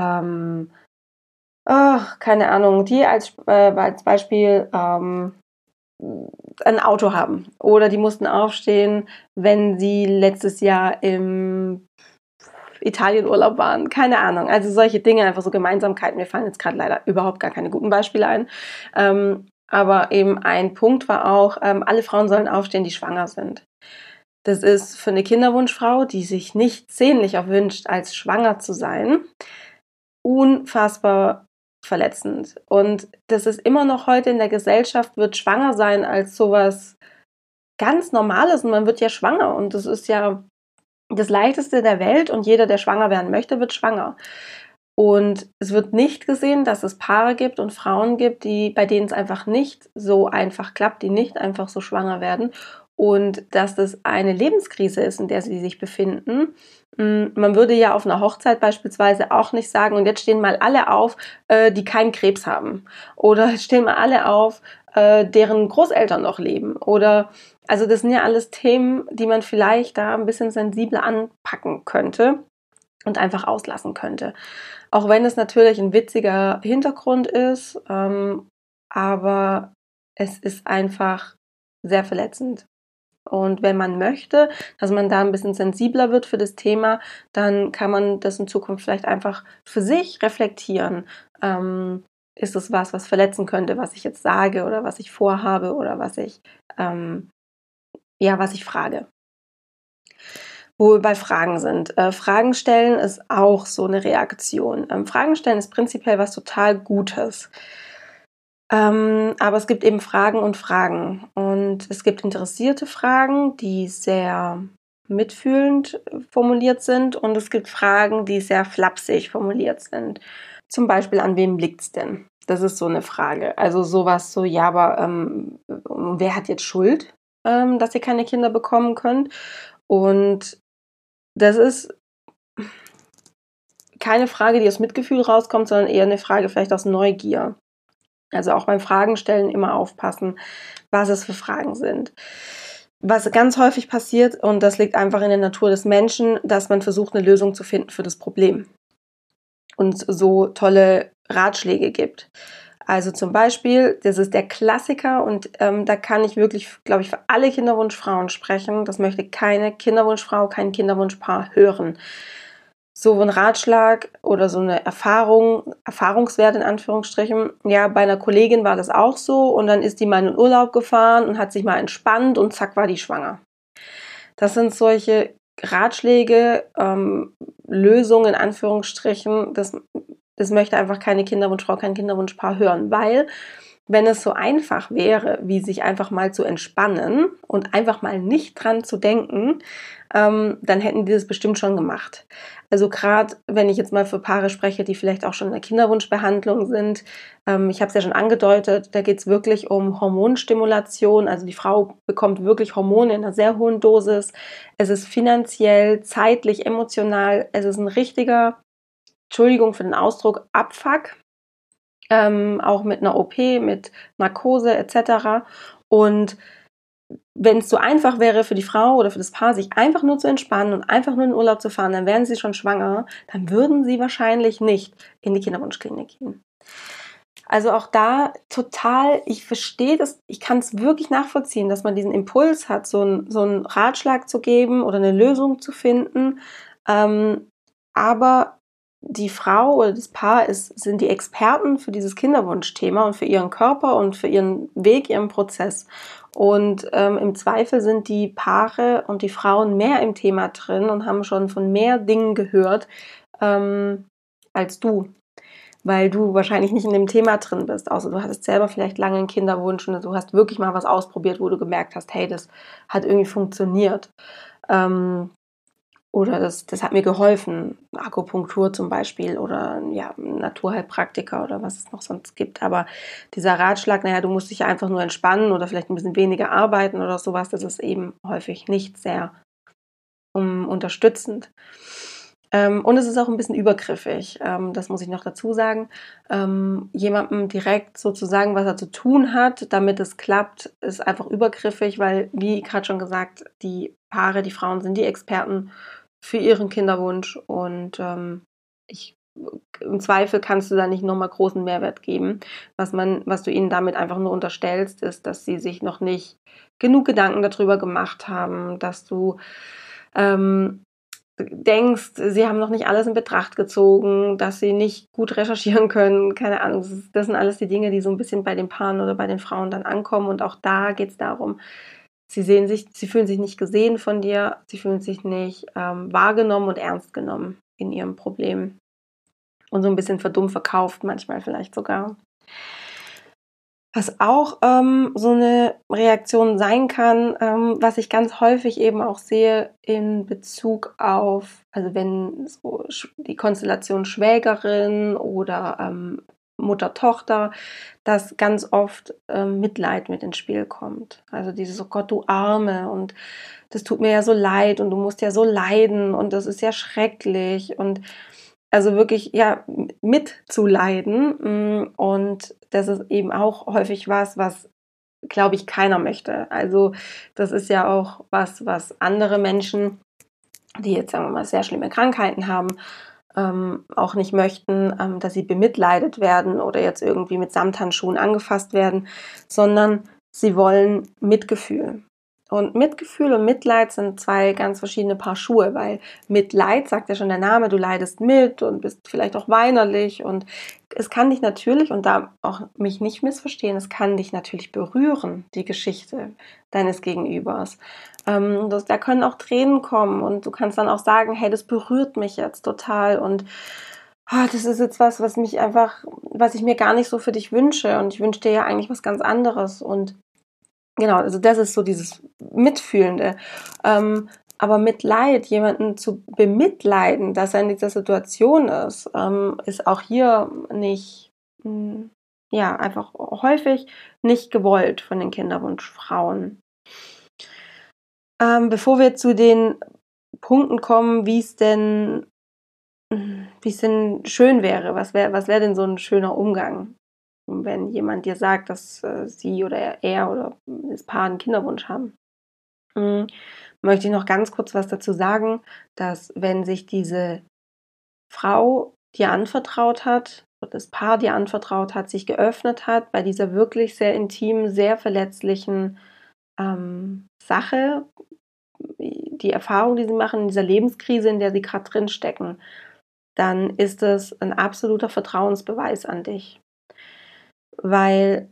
keine Ahnung, die als Beispiel ein Auto haben. Oder die mussten aufstehen, wenn sie letztes Jahr im Italienurlaub waren. Keine Ahnung. Also solche Dinge, einfach so Gemeinsamkeiten. Mir fallen jetzt gerade leider überhaupt gar keine guten Beispiele ein. Aber eben ein Punkt war auch, alle Frauen sollen aufstehen, die schwanger sind. Das ist für eine Kinderwunschfrau, die sich nichts sehnlicher wünscht, als schwanger zu sein, unfassbar verletzend. Und das ist immer noch heute in der Gesellschaft, wird schwanger sein als sowas ganz Normales und man wird ja schwanger und das ist ja das Leichteste der Welt und jeder, der schwanger werden möchte, wird schwanger. Und es wird nicht gesehen, dass es Paare gibt und Frauen gibt, bei denen es einfach nicht so einfach klappt, die nicht einfach so schwanger werden und dass das eine Lebenskrise ist, in der sie sich befinden. Man würde ja auf einer Hochzeit beispielsweise auch nicht sagen, und jetzt stehen mal alle auf, die keinen Krebs haben. Oder jetzt stehen mal alle auf, deren Großeltern noch leben. Oder, also das sind ja alles Themen, die man vielleicht da ein bisschen sensibler anpacken könnte und einfach auslassen könnte. Auch wenn es natürlich ein witziger Hintergrund ist, aber es ist einfach sehr verletzend. Und wenn man möchte, dass man da ein bisschen sensibler wird für das Thema, dann kann man das in Zukunft vielleicht einfach für sich reflektieren. Ist es was verletzen könnte, was ich jetzt sage oder was ich vorhabe oder was ich frage? Wo wir bei Fragen sind. Fragen stellen ist auch so eine Reaktion. Fragen stellen ist prinzipiell was total Gutes. Aber es gibt eben Fragen und Fragen. Und es gibt interessierte Fragen, die sehr mitfühlend formuliert sind. Und es gibt Fragen, die sehr flapsig formuliert sind. Zum Beispiel, an wem liegt's denn? Das ist so eine Frage. Also sowas so, ja, aber wer hat jetzt Schuld, dass ihr keine Kinder bekommen könnt? Und das ist keine Frage, die aus Mitgefühl rauskommt, sondern eher eine Frage vielleicht aus Neugier. Also auch beim Fragen stellen immer aufpassen, was es für Fragen sind. Was ganz häufig passiert, und das liegt einfach in der Natur des Menschen, dass man versucht, eine Lösung zu finden für das Problem und so tolle Ratschläge gibt. Also zum Beispiel, das ist der Klassiker und da kann ich wirklich, glaube ich, für alle Kinderwunschfrauen sprechen. Das möchte keine Kinderwunschfrau, kein Kinderwunschpaar hören. So ein Ratschlag oder so eine Erfahrungswert in Anführungsstrichen. Ja, bei einer Kollegin war das auch so und dann ist die mal in den Urlaub gefahren und hat sich mal entspannt und zack war die schwanger. Das sind solche Ratschläge, Lösungen in Anführungsstrichen, das möchte einfach keine Kinderwunschfrau, kein Kinderwunschpaar hören, weil wenn es so einfach wäre, wie sich einfach mal zu entspannen und einfach mal nicht dran zu denken, dann hätten die das bestimmt schon gemacht. Also gerade, wenn ich jetzt mal für Paare spreche, die vielleicht auch schon in der Kinderwunschbehandlung sind, ich habe es ja schon angedeutet, da geht es wirklich um Hormonstimulation, also die Frau bekommt wirklich Hormone in einer sehr hohen Dosis. Es ist finanziell, zeitlich, emotional, es ist ein richtiger, Entschuldigung für den Ausdruck, Abfuck. Auch mit einer OP, mit Narkose etc. Und wenn es so einfach wäre für die Frau oder für das Paar, sich einfach nur zu entspannen und einfach nur in den Urlaub zu fahren, dann wären sie schon schwanger, dann würden sie wahrscheinlich nicht in die Kinderwunschklinik gehen. Also auch da total, ich verstehe das, ich kann es wirklich nachvollziehen, dass man diesen Impuls hat, so einen Ratschlag zu geben oder eine Lösung zu finden. Aber die Frau oder das Paar sind die Experten für dieses Kinderwunschthema und für ihren Körper und für ihren Weg, ihren Prozess. Und im Zweifel sind die Paare und die Frauen mehr im Thema drin und haben schon von mehr Dingen gehört als du, weil du wahrscheinlich nicht in dem Thema drin bist, außer du hattest selber vielleicht lange einen Kinderwunsch und du hast wirklich mal was ausprobiert, wo du gemerkt hast, hey, das hat irgendwie funktioniert. Oder das hat mir geholfen, Akupunktur zum Beispiel oder ja, Naturheilpraktiker oder was es noch sonst gibt. Aber dieser Ratschlag, naja, du musst dich einfach nur entspannen oder vielleicht ein bisschen weniger arbeiten oder sowas, das ist eben häufig nicht sehr unterstützend. Und es ist auch ein bisschen übergriffig, das muss ich noch dazu sagen. Jemandem direkt sozusagen, was er zu tun hat, damit es klappt, ist einfach übergriffig, weil, wie gerade schon gesagt, die Paare, die Frauen sind die Experten für ihren Kinderwunsch und im Zweifel kannst du da nicht nochmal großen Mehrwert geben. Was du ihnen damit einfach nur unterstellst, ist, dass sie sich noch nicht genug Gedanken darüber gemacht haben, dass du denkst, sie haben noch nicht alles in Betracht gezogen, dass sie nicht gut recherchieren können, keine Ahnung. Das sind alles die Dinge, die so ein bisschen bei den Paaren oder bei den Frauen dann ankommen. Und auch da geht es darum, sie fühlen sich nicht gesehen von dir, sie fühlen sich nicht wahrgenommen und ernst genommen in ihrem Problem. Und so ein bisschen verdummt verkauft, manchmal vielleicht sogar. Was auch so eine Reaktion sein kann, was ich ganz häufig eben auch sehe in Bezug auf, also wenn so die Konstellation Schwägerin oder Mutter-Tochter, dass ganz oft Mitleid mit ins Spiel kommt. Also dieses, oh Gott, du Arme, und das tut mir ja so leid und du musst ja so leiden und das ist ja schrecklich, und also wirklich, ja, mitzuleiden. Und das ist eben auch häufig was, glaube ich, keiner möchte. Also das ist ja auch was andere Menschen, die jetzt, sagen wir mal, sehr schlimme Krankheiten haben, auch nicht möchten, dass sie bemitleidet werden oder jetzt irgendwie mit Samthandschuhen angefasst werden, sondern sie wollen Mitgefühl. Und Mitgefühl und Mitleid sind zwei ganz verschiedene Paar Schuhe, weil Mitleid, sagt ja schon der Name, du leidest mit und bist vielleicht auch weinerlich, und es kann dich natürlich, und da auch mich nicht missverstehen, es kann dich natürlich berühren, die Geschichte deines Gegenübers. Da können auch Tränen kommen und du kannst dann auch sagen, hey, das berührt mich jetzt total und das ist jetzt was ich mir gar nicht so für dich wünsche, und ich wünsche dir ja eigentlich was ganz anderes. Und genau, also das ist so dieses Mitfühlende. Aber Mitleid, jemanden zu bemitleiden, dass er in dieser Situation ist auch hier nicht, ja, einfach häufig nicht gewollt von den Kinderwunschfrauen. Bevor wir zu den Punkten kommen, wie es denn schön wäre, was wäre denn so ein schöner Umgang, wenn jemand dir sagt, dass sie oder er oder das Paar einen Kinderwunsch haben. Möchte ich noch ganz kurz was dazu sagen, dass wenn sich diese Frau dir anvertraut hat, oder das Paar dir anvertraut hat, sich geöffnet hat bei dieser wirklich sehr intimen, sehr verletzlichen Sache, die Erfahrung, die sie machen, in dieser Lebenskrise, in der sie gerade drin stecken, dann ist es ein absoluter Vertrauensbeweis an dich. Weil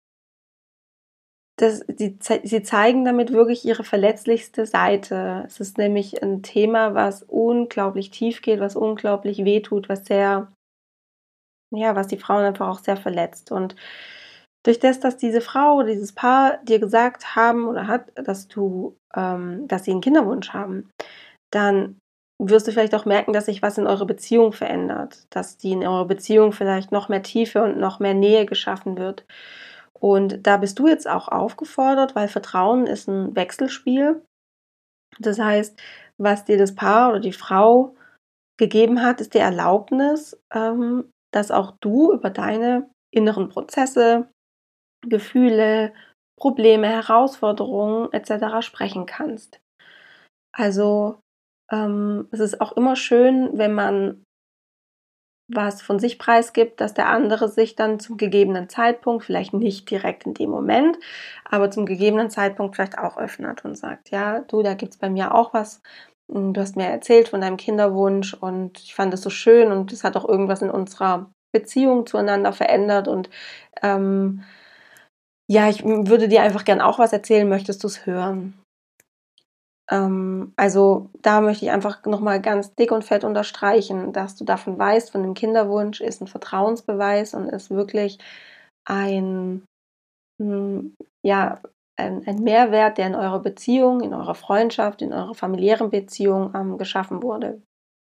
sie zeigen damit wirklich ihre verletzlichste Seite. Es ist nämlich ein Thema, was unglaublich tief geht, was unglaublich wehtut, was die Frauen einfach auch sehr verletzt. Und durch das, dass diese Frau oder dieses Paar dir gesagt haben oder hat, dass sie einen Kinderwunsch haben, dann wirst du vielleicht auch merken, dass sich was in eurer Beziehung verändert, dass in eurer Beziehung vielleicht noch mehr Tiefe und noch mehr Nähe geschaffen wird. Und da bist du jetzt auch aufgefordert, weil Vertrauen ist ein Wechselspiel. Das heißt, was dir das Paar oder die Frau gegeben hat, ist die Erlaubnis, dass auch du über deine inneren Prozesse, Gefühle, Probleme, Herausforderungen etc. sprechen kannst. Also es ist auch immer schön, wenn man was von sich preisgibt, dass der andere sich dann zum gegebenen Zeitpunkt, vielleicht nicht direkt in dem Moment, aber zum gegebenen Zeitpunkt vielleicht auch öffnet und sagt, ja, du, da gibt's bei mir auch was. Du hast mir erzählt von deinem Kinderwunsch und ich fand es so schön und es hat auch irgendwas in unserer Beziehung zueinander verändert und ja, ich würde dir einfach gern auch was erzählen, möchtest du es hören? Also da möchte ich einfach nochmal ganz dick und fett unterstreichen, dass du davon weißt, von dem Kinderwunsch ist ein Vertrauensbeweis und ist wirklich ein, ja, ein Mehrwert, der in eurer Beziehung, in eurer Freundschaft, in eurer familiären Beziehung geschaffen wurde.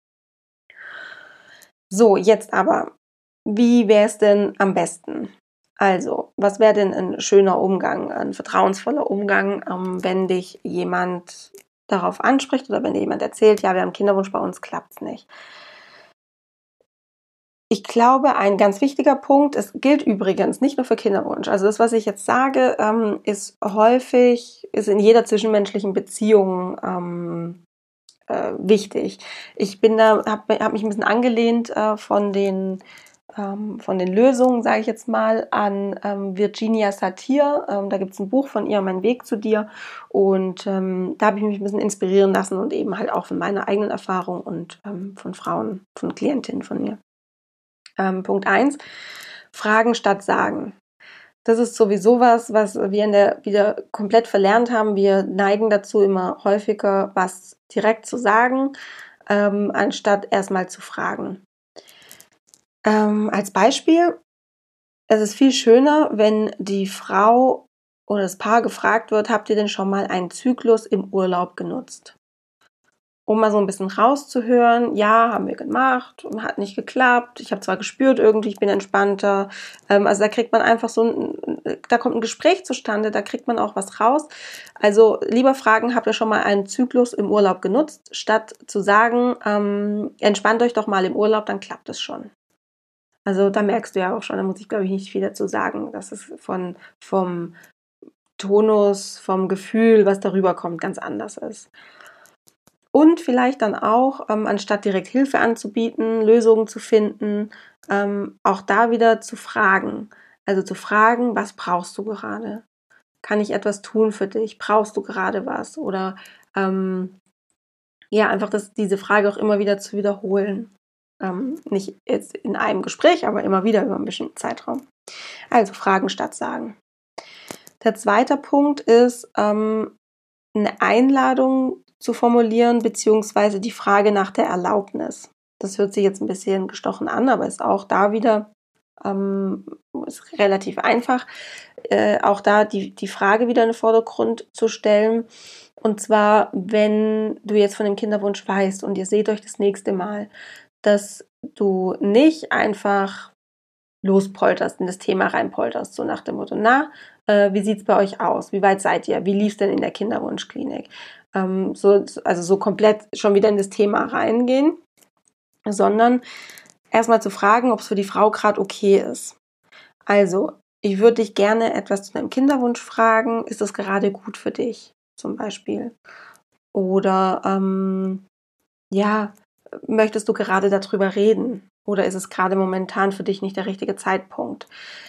So, jetzt aber, wie wäre es denn am besten? Also, was wäre denn ein schöner Umgang, ein vertrauensvoller Umgang, wenn dich jemand darauf anspricht oder wenn dir jemand erzählt, ja, wir haben Kinderwunsch, bei uns klappt's nicht. Ich glaube, ein ganz wichtiger Punkt, es gilt übrigens nicht nur für Kinderwunsch. Also das, was ich jetzt sage, ist in jeder zwischenmenschlichen Beziehung wichtig. Ich bin da, hab mich ein bisschen angelehnt von den Lösungen, sage ich jetzt mal, an Virginia Satir. Da gibt es ein Buch von ihr, Mein Weg zu dir. Und da habe ich mich ein bisschen inspirieren lassen und eben halt auch von meiner eigenen Erfahrung und von Frauen, von Klientinnen von mir. Punkt 1, Fragen statt Sagen. Das ist sowieso was wir wieder komplett verlernt haben. Wir neigen dazu, immer häufiger was direkt zu sagen, anstatt erstmal zu fragen. Als Beispiel, es ist viel schöner, wenn die Frau oder das Paar gefragt wird, habt ihr denn schon mal einen Zyklus im Urlaub genutzt? Um mal so ein bisschen rauszuhören, ja, haben wir gemacht, hat nicht geklappt, ich habe zwar gespürt irgendwie, ich bin entspannter, also da kriegt man einfach da kommt ein Gespräch zustande, da kriegt man auch was raus. Also lieber fragen, habt ihr schon mal einen Zyklus im Urlaub genutzt, statt zu sagen, entspannt euch doch mal im Urlaub, dann klappt es schon. Also da merkst du ja auch schon, da muss ich glaube ich nicht viel dazu sagen, dass es vom Tonus, vom Gefühl, was darüber kommt, ganz anders ist. Und vielleicht dann auch, anstatt direkt Hilfe anzubieten, Lösungen zu finden, auch da wieder zu fragen. Also zu fragen, was brauchst du gerade? Kann ich etwas tun für dich? Brauchst du gerade was? Oder ja, einfach diese Frage auch immer wieder zu wiederholen. Nicht jetzt in einem Gespräch, aber immer wieder über einen bestimmten Zeitraum. Also Fragen statt Sagen. Der zweite Punkt ist, eine Einladung zu formulieren, beziehungsweise die Frage nach der Erlaubnis. Das hört sich jetzt ein bisschen gestochen an, aber ist auch da wieder ist relativ einfach, auch da die Frage wieder in den Vordergrund zu stellen. Und zwar, wenn du jetzt von dem Kinderwunsch weißt und ihr seht euch das nächste Mal, dass du nicht einfach lospolterst, in das Thema reinpolterst, so nach dem Motto, wie sieht's bei euch aus? Wie weit seid ihr? Wie lief's denn in der Kinderwunschklinik? So komplett schon wieder in das Thema reingehen, sondern erstmal zu fragen, ob es für die Frau gerade okay ist. Also, ich würde dich gerne etwas zu deinem Kinderwunsch fragen. Ist das gerade gut für dich, zum Beispiel? Oder, ja, möchtest du gerade darüber reden? Oder ist es gerade momentan für dich nicht der richtige Zeitpunkt?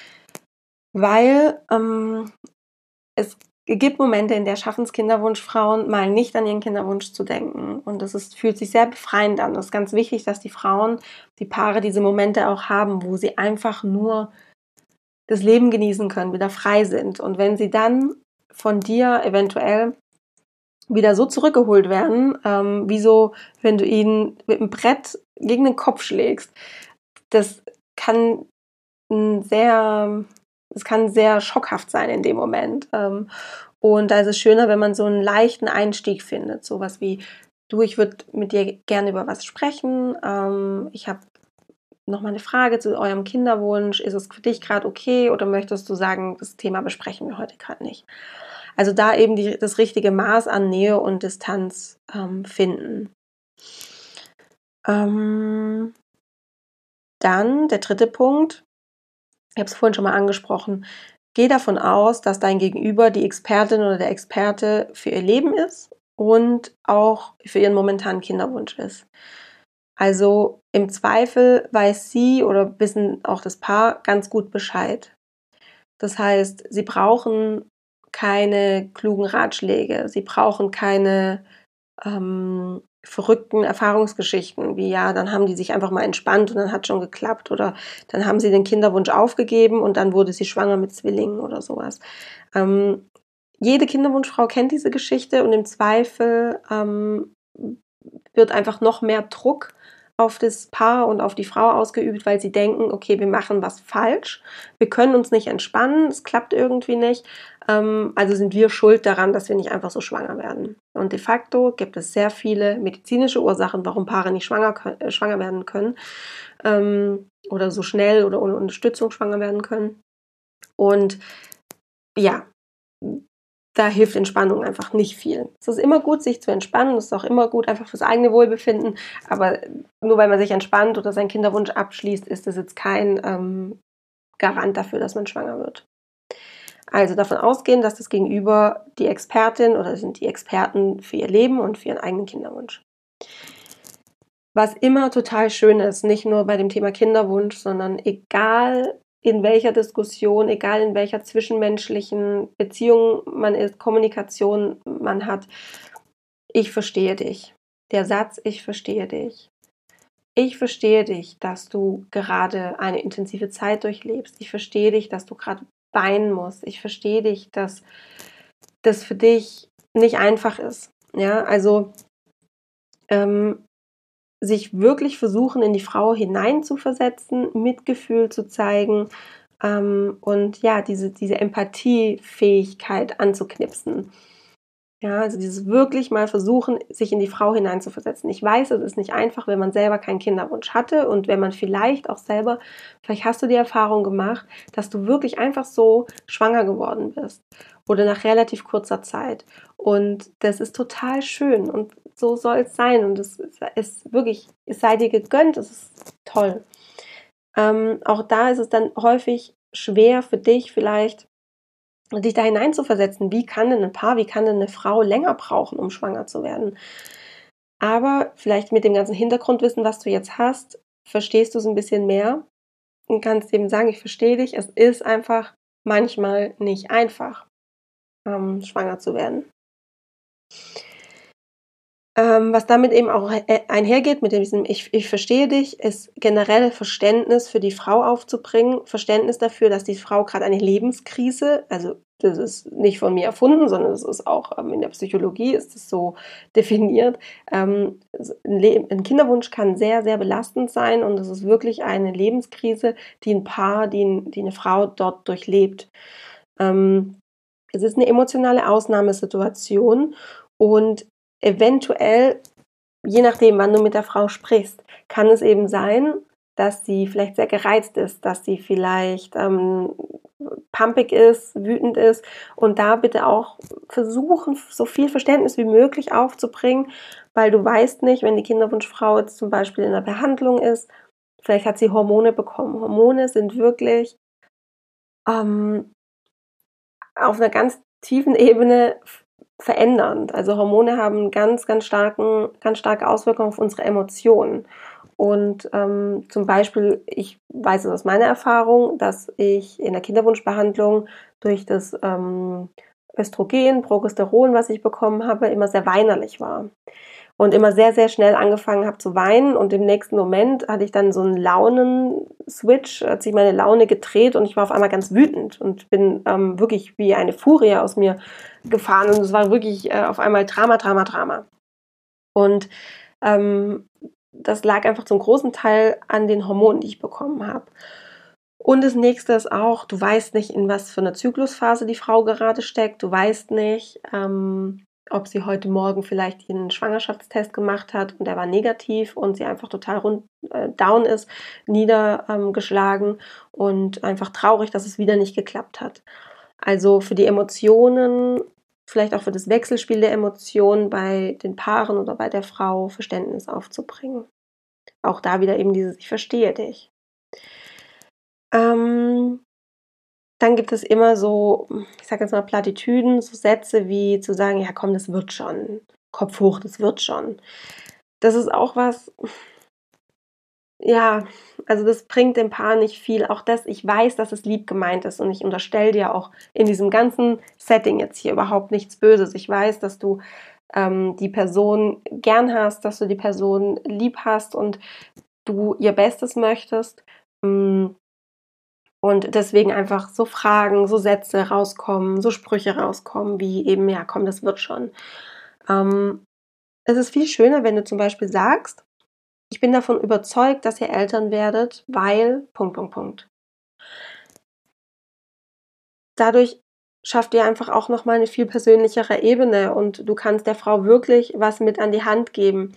Weil es gibt Momente, in der schaffen es Kinderwunschfrauen, mal nicht an ihren Kinderwunsch zu denken. Und fühlt sich sehr befreiend an. Das ist ganz wichtig, dass die Frauen, die Paare diese Momente auch haben, wo sie einfach nur das Leben genießen können, wieder frei sind. Und wenn sie dann von dir eventuell wieder so zurückgeholt werden, wie so, wenn du ihnen mit einem Brett gegen den Kopf schlägst, das kann sehr schockhaft sein in dem Moment. Und da ist es schöner, wenn man so einen leichten Einstieg findet. Sowas wie, du, ich würde mit dir gerne über was sprechen. Ich habe noch mal eine Frage zu eurem Kinderwunsch. Ist es für dich gerade okay oder möchtest du sagen, das Thema besprechen wir heute gerade nicht? Also da eben das richtige Maß an Nähe und Distanz finden. Dann der dritte Punkt. Ich habe es vorhin schon mal angesprochen. Geh davon aus, dass dein Gegenüber die Expertin oder der Experte für ihr Leben ist und auch für ihren momentanen Kinderwunsch ist. Also im Zweifel weiß sie oder wissen auch das Paar ganz gut Bescheid. Das heißt, sie brauchen keine klugen Ratschläge, sie brauchen keine verrückten Erfahrungsgeschichten, wie ja, dann haben die sich einfach mal entspannt und dann hat schon geklappt oder dann haben sie den Kinderwunsch aufgegeben und dann wurde sie schwanger mit Zwillingen oder sowas. Jede Kinderwunschfrau kennt diese Geschichte und im Zweifel wird einfach noch mehr Druck auf das Paar und auf die Frau ausgeübt, weil sie denken, okay, wir machen was falsch, wir können uns nicht entspannen, es klappt irgendwie nicht, also sind wir schuld daran, dass wir nicht einfach so schwanger werden. Und de facto gibt es sehr viele medizinische Ursachen, warum Paare nicht schwanger werden können oder so schnell oder ohne Unterstützung schwanger werden können. Und ja, da hilft Entspannung einfach nicht viel. Es ist immer gut, sich zu entspannen. Es ist auch immer gut, einfach fürs eigene Wohlbefinden. Aber nur weil man sich entspannt oder seinen Kinderwunsch abschließt, ist das jetzt kein Garant dafür, dass man schwanger wird. Also davon ausgehen, dass das Gegenüber die Expertin oder sind die Experten für ihr Leben und für ihren eigenen Kinderwunsch. Was immer total schön ist, nicht nur bei dem Thema Kinderwunsch, sondern egal in welcher Diskussion, egal in welcher zwischenmenschlichen Beziehung man ist, Kommunikation man hat, ich verstehe dich. Der Satz, ich verstehe dich. Ich verstehe dich, dass du gerade eine intensive Zeit durchlebst. Ich verstehe dich, dass du gerade weinen musst. Ich verstehe dich, dass das für dich nicht einfach ist. Ja, also sich wirklich versuchen, in die Frau hineinzuversetzen, Mitgefühl zu zeigen und ja, diese Empathiefähigkeit anzuknipsen. Ja, also dieses wirklich mal versuchen, sich in die Frau hineinzuversetzen. Ich weiß, es ist nicht einfach, wenn man selber keinen Kinderwunsch hatte und wenn man vielleicht hast du die Erfahrung gemacht, dass du wirklich einfach so schwanger geworden bist oder nach relativ kurzer Zeit. Und das ist total schön und so soll es sein und es ist wirklich, es sei dir gegönnt, es ist toll. Auch da ist es dann häufig schwer für dich vielleicht, dich da hineinzuversetzen, wie kann denn ein Paar, wie kann denn eine Frau länger brauchen, um schwanger zu werden? Aber vielleicht mit dem ganzen Hintergrundwissen, was du jetzt hast, verstehst du es ein bisschen mehr und kannst eben sagen, ich verstehe dich, es ist einfach manchmal nicht einfach, schwanger zu werden. Was damit eben auch einhergeht, mit diesem ich verstehe dich, ist generell Verständnis für die Frau aufzubringen, Verständnis dafür, dass die Frau gerade eine Lebenskrise, also das ist nicht von mir erfunden, sondern es ist auch in der Psychologie ist es so definiert. Ein Kinderwunsch kann sehr, sehr belastend sein und es ist wirklich eine Lebenskrise, die ein Paar, die eine Frau dort durchlebt. Es ist eine emotionale Ausnahmesituation und eventuell, je nachdem, wann du mit der Frau sprichst, kann es eben sein, dass sie vielleicht sehr gereizt ist, dass sie vielleicht pumpig ist, wütend ist und da bitte auch versuchen, so viel Verständnis wie möglich aufzubringen, weil du weißt nicht, wenn die Kinderwunschfrau jetzt zum Beispiel in der Behandlung ist, vielleicht hat sie Hormone bekommen. Hormone sind wirklich auf einer ganz tiefen Ebene verändernd. Also Hormone haben ganz, ganz starke Auswirkungen auf unsere Emotionen. Und zum Beispiel, ich weiß es aus meiner Erfahrung, dass ich in der Kinderwunschbehandlung durch das Östrogen, Progesteron, was ich bekommen habe, immer sehr weinerlich war. Und immer sehr, sehr schnell angefangen habe zu weinen und im nächsten Moment hatte ich dann so einen Launen-Switch, hat sich meine Laune gedreht und ich war auf einmal ganz wütend und bin wirklich wie eine Furie aus mir gefahren und es war wirklich auf einmal Drama. Und das lag einfach zum großen Teil an den Hormonen, die ich bekommen habe. Und das nächste ist auch, du weißt nicht, in was für einer Zyklusphase die Frau gerade steckt, du weißt nicht, ob sie heute Morgen vielleicht ihren Schwangerschaftstest gemacht hat und der war negativ und sie einfach total down ist, niedergeschlagen und einfach traurig, dass es wieder nicht geklappt hat. Also für die Emotionen, vielleicht auch für das Wechselspiel der Emotionen bei den Paaren oder bei der Frau Verständnis aufzubringen. Auch da wieder eben dieses, ich verstehe dich. Dann gibt es immer so, ich sage jetzt mal Plattitüden, so Sätze wie zu sagen, ja komm, das wird schon, Kopf hoch, das wird schon. Das ist auch was, ja, also das bringt dem Paar nicht viel. Auch das, ich weiß, dass es lieb gemeint ist und ich unterstelle dir auch in diesem ganzen Setting jetzt hier überhaupt nichts Böses. Ich weiß, dass du die Person gern hast, dass du die Person lieb hast und du ihr Bestes möchtest. Und deswegen einfach so Fragen, so Sätze rauskommen, so Sprüche rauskommen, wie eben, ja, komm, das wird schon. Es ist viel schöner, wenn du zum Beispiel sagst, ich bin davon überzeugt, dass ihr Eltern werdet, weil... Dadurch schafft ihr einfach auch nochmal eine viel persönlichere Ebene und du kannst der Frau wirklich was mit an die Hand geben,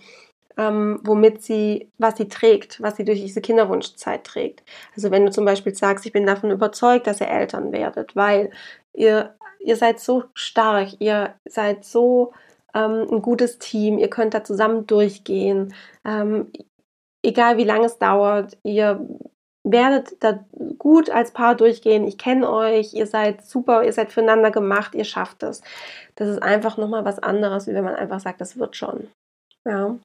was sie trägt, was sie durch diese Kinderwunschzeit trägt. Also wenn du zum Beispiel sagst, ich bin davon überzeugt, dass ihr Eltern werdet, weil ihr seid so stark, ihr seid so ein gutes Team, ihr könnt da zusammen durchgehen, egal wie lange es dauert, ihr werdet da gut als Paar durchgehen, ich kenne euch, ihr seid super, ihr seid füreinander gemacht, ihr schafft es. Das ist einfach nochmal was anderes, wie wenn man einfach sagt, das wird schon. Ja.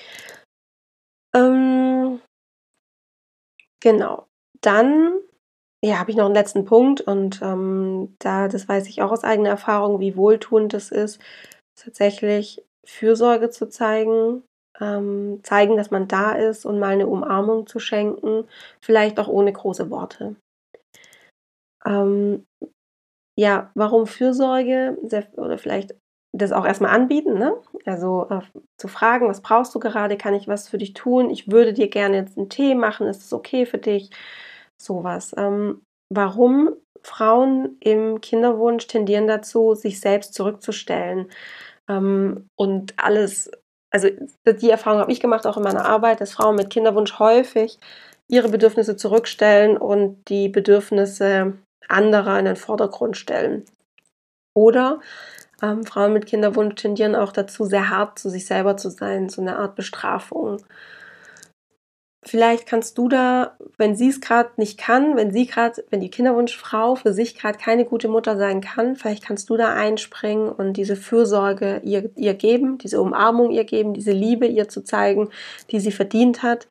Genau. Dann, ja, habe ich noch einen letzten Punkt und das weiß ich auch aus eigener Erfahrung, wie wohltuend es ist, tatsächlich Fürsorge zu zeigen, zeigen, dass man da ist und mal eine Umarmung zu schenken, vielleicht auch ohne große Worte. Ja, warum Fürsorge? Oder vielleicht das auch erstmal anbieten, ne? Also zu fragen, was brauchst du gerade? Kann ich was für dich tun? Ich würde dir gerne jetzt einen Tee machen. Ist es okay für dich? Sowas. Warum Frauen im Kinderwunsch tendieren dazu, sich selbst zurückzustellen und alles, also die Erfahrung habe ich gemacht, auch in meiner Arbeit, dass Frauen mit Kinderwunsch häufig ihre Bedürfnisse zurückstellen und die Bedürfnisse anderer in den Vordergrund stellen. Oder Frauen mit Kinderwunsch tendieren auch dazu, sehr hart zu sich selber zu sein, so eine Art Bestrafung. Vielleicht kannst du da, wenn sie es gerade nicht kann, wenn die Kinderwunschfrau für sich gerade keine gute Mutter sein kann, vielleicht kannst du da einspringen und diese Fürsorge ihr geben, diese Umarmung ihr geben, diese Liebe ihr zu zeigen, die sie verdient hat.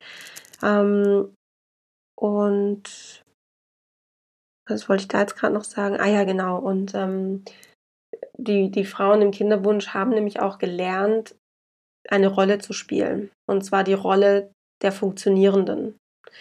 Und was wollte ich da jetzt gerade noch sagen? Ah ja, genau. Und die Frauen im Kinderwunsch haben nämlich auch gelernt, eine Rolle zu spielen. Und zwar die Rolle der Funktionierenden.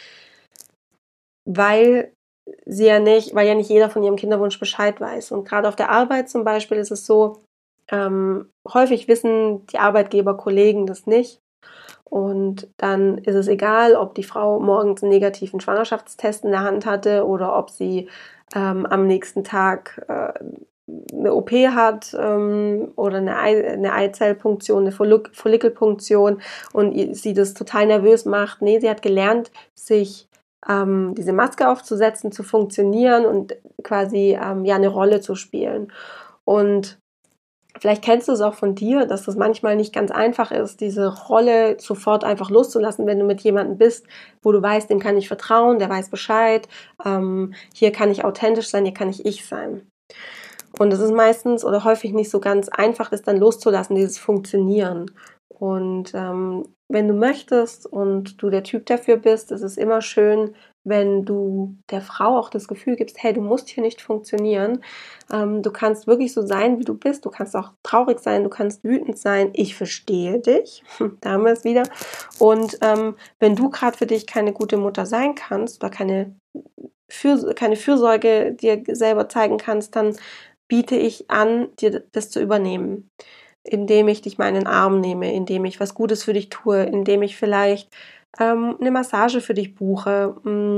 Weil ja nicht jeder von ihrem Kinderwunsch Bescheid weiß. Und gerade auf der Arbeit zum Beispiel ist es so, häufig wissen die Arbeitgeber, Kollegen das nicht. Und dann ist es egal, ob die Frau morgens einen negativen Schwangerschaftstest in der Hand hatte oder ob sie am nächsten Tag eine OP hat oder eine Eizellpunktion, eine Follikelpunktion und sie das total nervös macht. Nee, sie hat gelernt, sich diese Maske aufzusetzen, zu funktionieren und quasi eine Rolle zu spielen. Und vielleicht kennst du es auch von dir, dass das manchmal nicht ganz einfach ist, diese Rolle sofort einfach loszulassen, wenn du mit jemandem bist, wo du weißt, dem kann ich vertrauen, der weiß Bescheid, hier kann ich authentisch sein, hier kann ich sein. Und es ist meistens oder häufig nicht so ganz einfach, das dann loszulassen, dieses Funktionieren. Und wenn du möchtest und du der Typ dafür bist, ist es immer schön, wenn du der Frau auch das Gefühl gibst, hey, du musst hier nicht funktionieren. Du kannst wirklich so sein, wie du bist. Du kannst auch traurig sein, du kannst wütend sein. Ich verstehe dich. Da haben wir es wieder. Und wenn du gerade für dich keine gute Mutter sein kannst oder keine Fürsorge dir selber zeigen kannst, dann biete ich an, dir das zu übernehmen, indem ich dich mal in den Arm nehme, indem ich was Gutes für dich tue, indem ich vielleicht eine Massage für dich buche,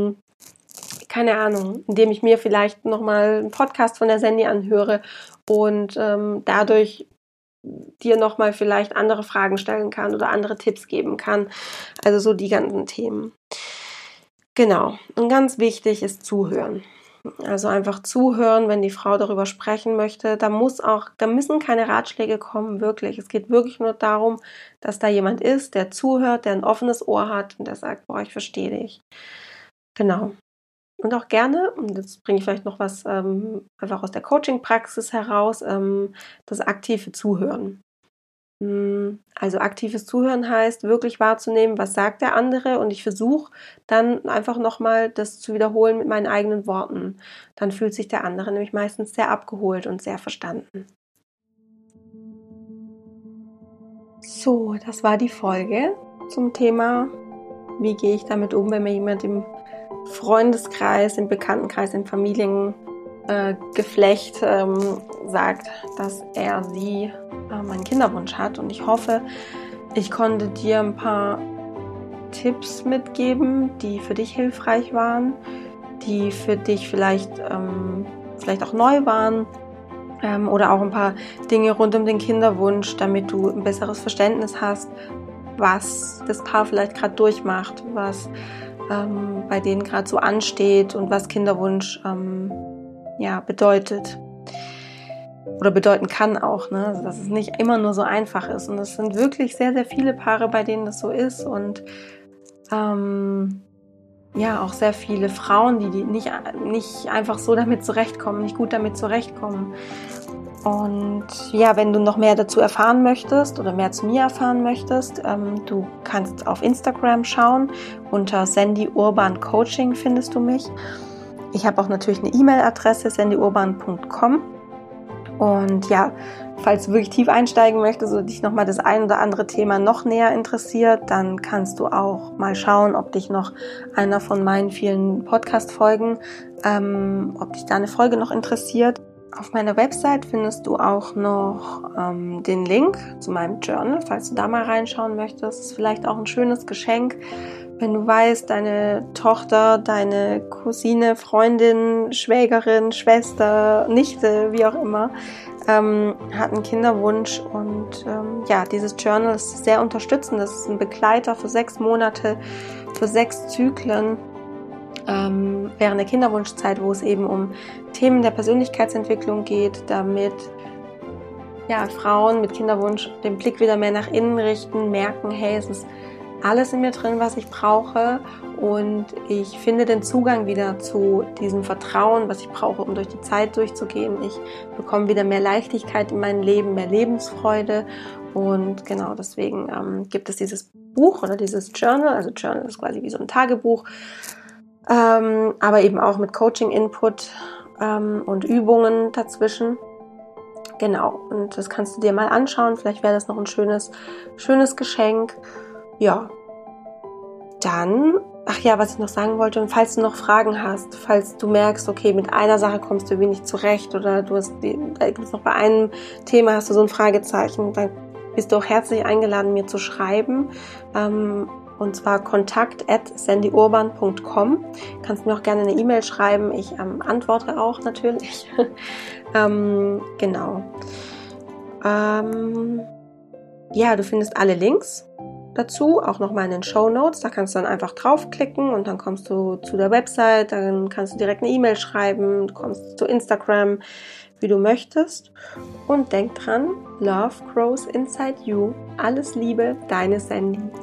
keine Ahnung, indem ich mir vielleicht nochmal einen Podcast von der Sandy anhöre und dadurch dir nochmal vielleicht andere Fragen stellen kann oder andere Tipps geben kann. Also so die ganzen Themen. Genau. Und ganz wichtig ist Zuhören. Also einfach zuhören, wenn die Frau darüber sprechen möchte. Da müssen keine Ratschläge kommen, wirklich. Es geht wirklich nur darum, dass da jemand ist, der zuhört, der ein offenes Ohr hat und der sagt, boah, ich verstehe dich. Genau. Und auch gerne, und jetzt bringe ich vielleicht noch was einfach aus der Coaching-Praxis heraus, das aktive Zuhören. Also aktives Zuhören heißt, wirklich wahrzunehmen, was sagt der andere, und ich versuche dann einfach nochmal das zu wiederholen mit meinen eigenen Worten. Dann fühlt sich der andere nämlich meistens sehr abgeholt und sehr verstanden. So, das war die Folge zum Thema, wie gehe ich damit um, wenn mir jemand im Freundeskreis, im Bekanntenkreis, im Familiengeflecht sagt, dass er sie einen Kinderwunsch hat. Und ich hoffe, ich konnte dir ein paar Tipps mitgeben, die für dich hilfreich waren, die für dich vielleicht auch neu waren, oder auch ein paar Dinge rund um den Kinderwunsch, damit du ein besseres Verständnis hast, was das Paar vielleicht gerade durchmacht, was bei denen gerade so ansteht und was Kinderwunsch bedeutet oder bedeuten kann auch, ne? Also, dass es nicht immer nur so einfach ist, und es sind wirklich sehr, sehr viele Paare, bei denen das so ist, und auch sehr viele Frauen, die nicht einfach so damit zurechtkommen, nicht gut damit zurechtkommen. Und ja, wenn du noch mehr dazu erfahren möchtest oder mehr zu mir erfahren möchtest, du kannst auf Instagram schauen. Unter Sandy Urban Coaching findest du mich. Ich habe auch natürlich eine E-Mail-Adresse, sandyurban.com. Und ja, falls du wirklich tief einsteigen möchtest oder dich nochmal das ein oder andere Thema noch näher interessiert, dann kannst du auch mal schauen, ob dich noch einer von meinen vielen Podcast-Folgen, ob dich da eine Folge noch interessiert. Auf meiner Website findest du auch noch den Link zu meinem Journal, falls du da mal reinschauen möchtest. Das ist vielleicht auch ein schönes Geschenk, wenn du weißt, deine Tochter, deine Cousine, Freundin, Schwägerin, Schwester, Nichte, wie auch immer, hat einen Kinderwunsch. Und dieses Journal ist sehr unterstützend. Das ist ein Begleiter für 6 Monate, für 6 Zyklen während der Kinderwunschzeit, wo es eben um Themen der Persönlichkeitsentwicklung geht, damit Frauen mit Kinderwunsch den Blick wieder mehr nach innen richten, merken, hey, es ist alles in mir drin, was ich brauche, und ich finde den Zugang wieder zu diesem Vertrauen, was ich brauche, um durch die Zeit durchzugehen. Ich bekomme wieder mehr Leichtigkeit in mein Leben, mehr Lebensfreude, und genau deswegen gibt es dieses Buch oder dieses Journal. Also Journal ist quasi wie so ein Tagebuch, aber eben auch mit Coaching-Input und Übungen dazwischen. Genau, und das kannst du dir mal anschauen. Vielleicht wäre das noch ein schönes Geschenk. Ja, dann, was ich noch sagen wollte, und falls du noch Fragen hast, falls du merkst, okay, mit einer Sache kommst du wenig zurecht, oder da gibt es noch bei einem Thema, hast du so ein Fragezeichen, dann bist du auch herzlich eingeladen, mir zu schreiben. Und zwar kontakt@sandyurban.com. Kannst mir auch gerne eine E-Mail schreiben. Ich antworte auch natürlich. Genau. Du findest alle Links dazu, auch nochmal in den Shownotes. Da kannst du dann einfach draufklicken und dann kommst du zu der Website. Dann kannst du direkt eine E-Mail schreiben. Du kommst zu Instagram, wie du möchtest. Und denk dran, Love grows inside you. Alles Liebe, deine Sandy.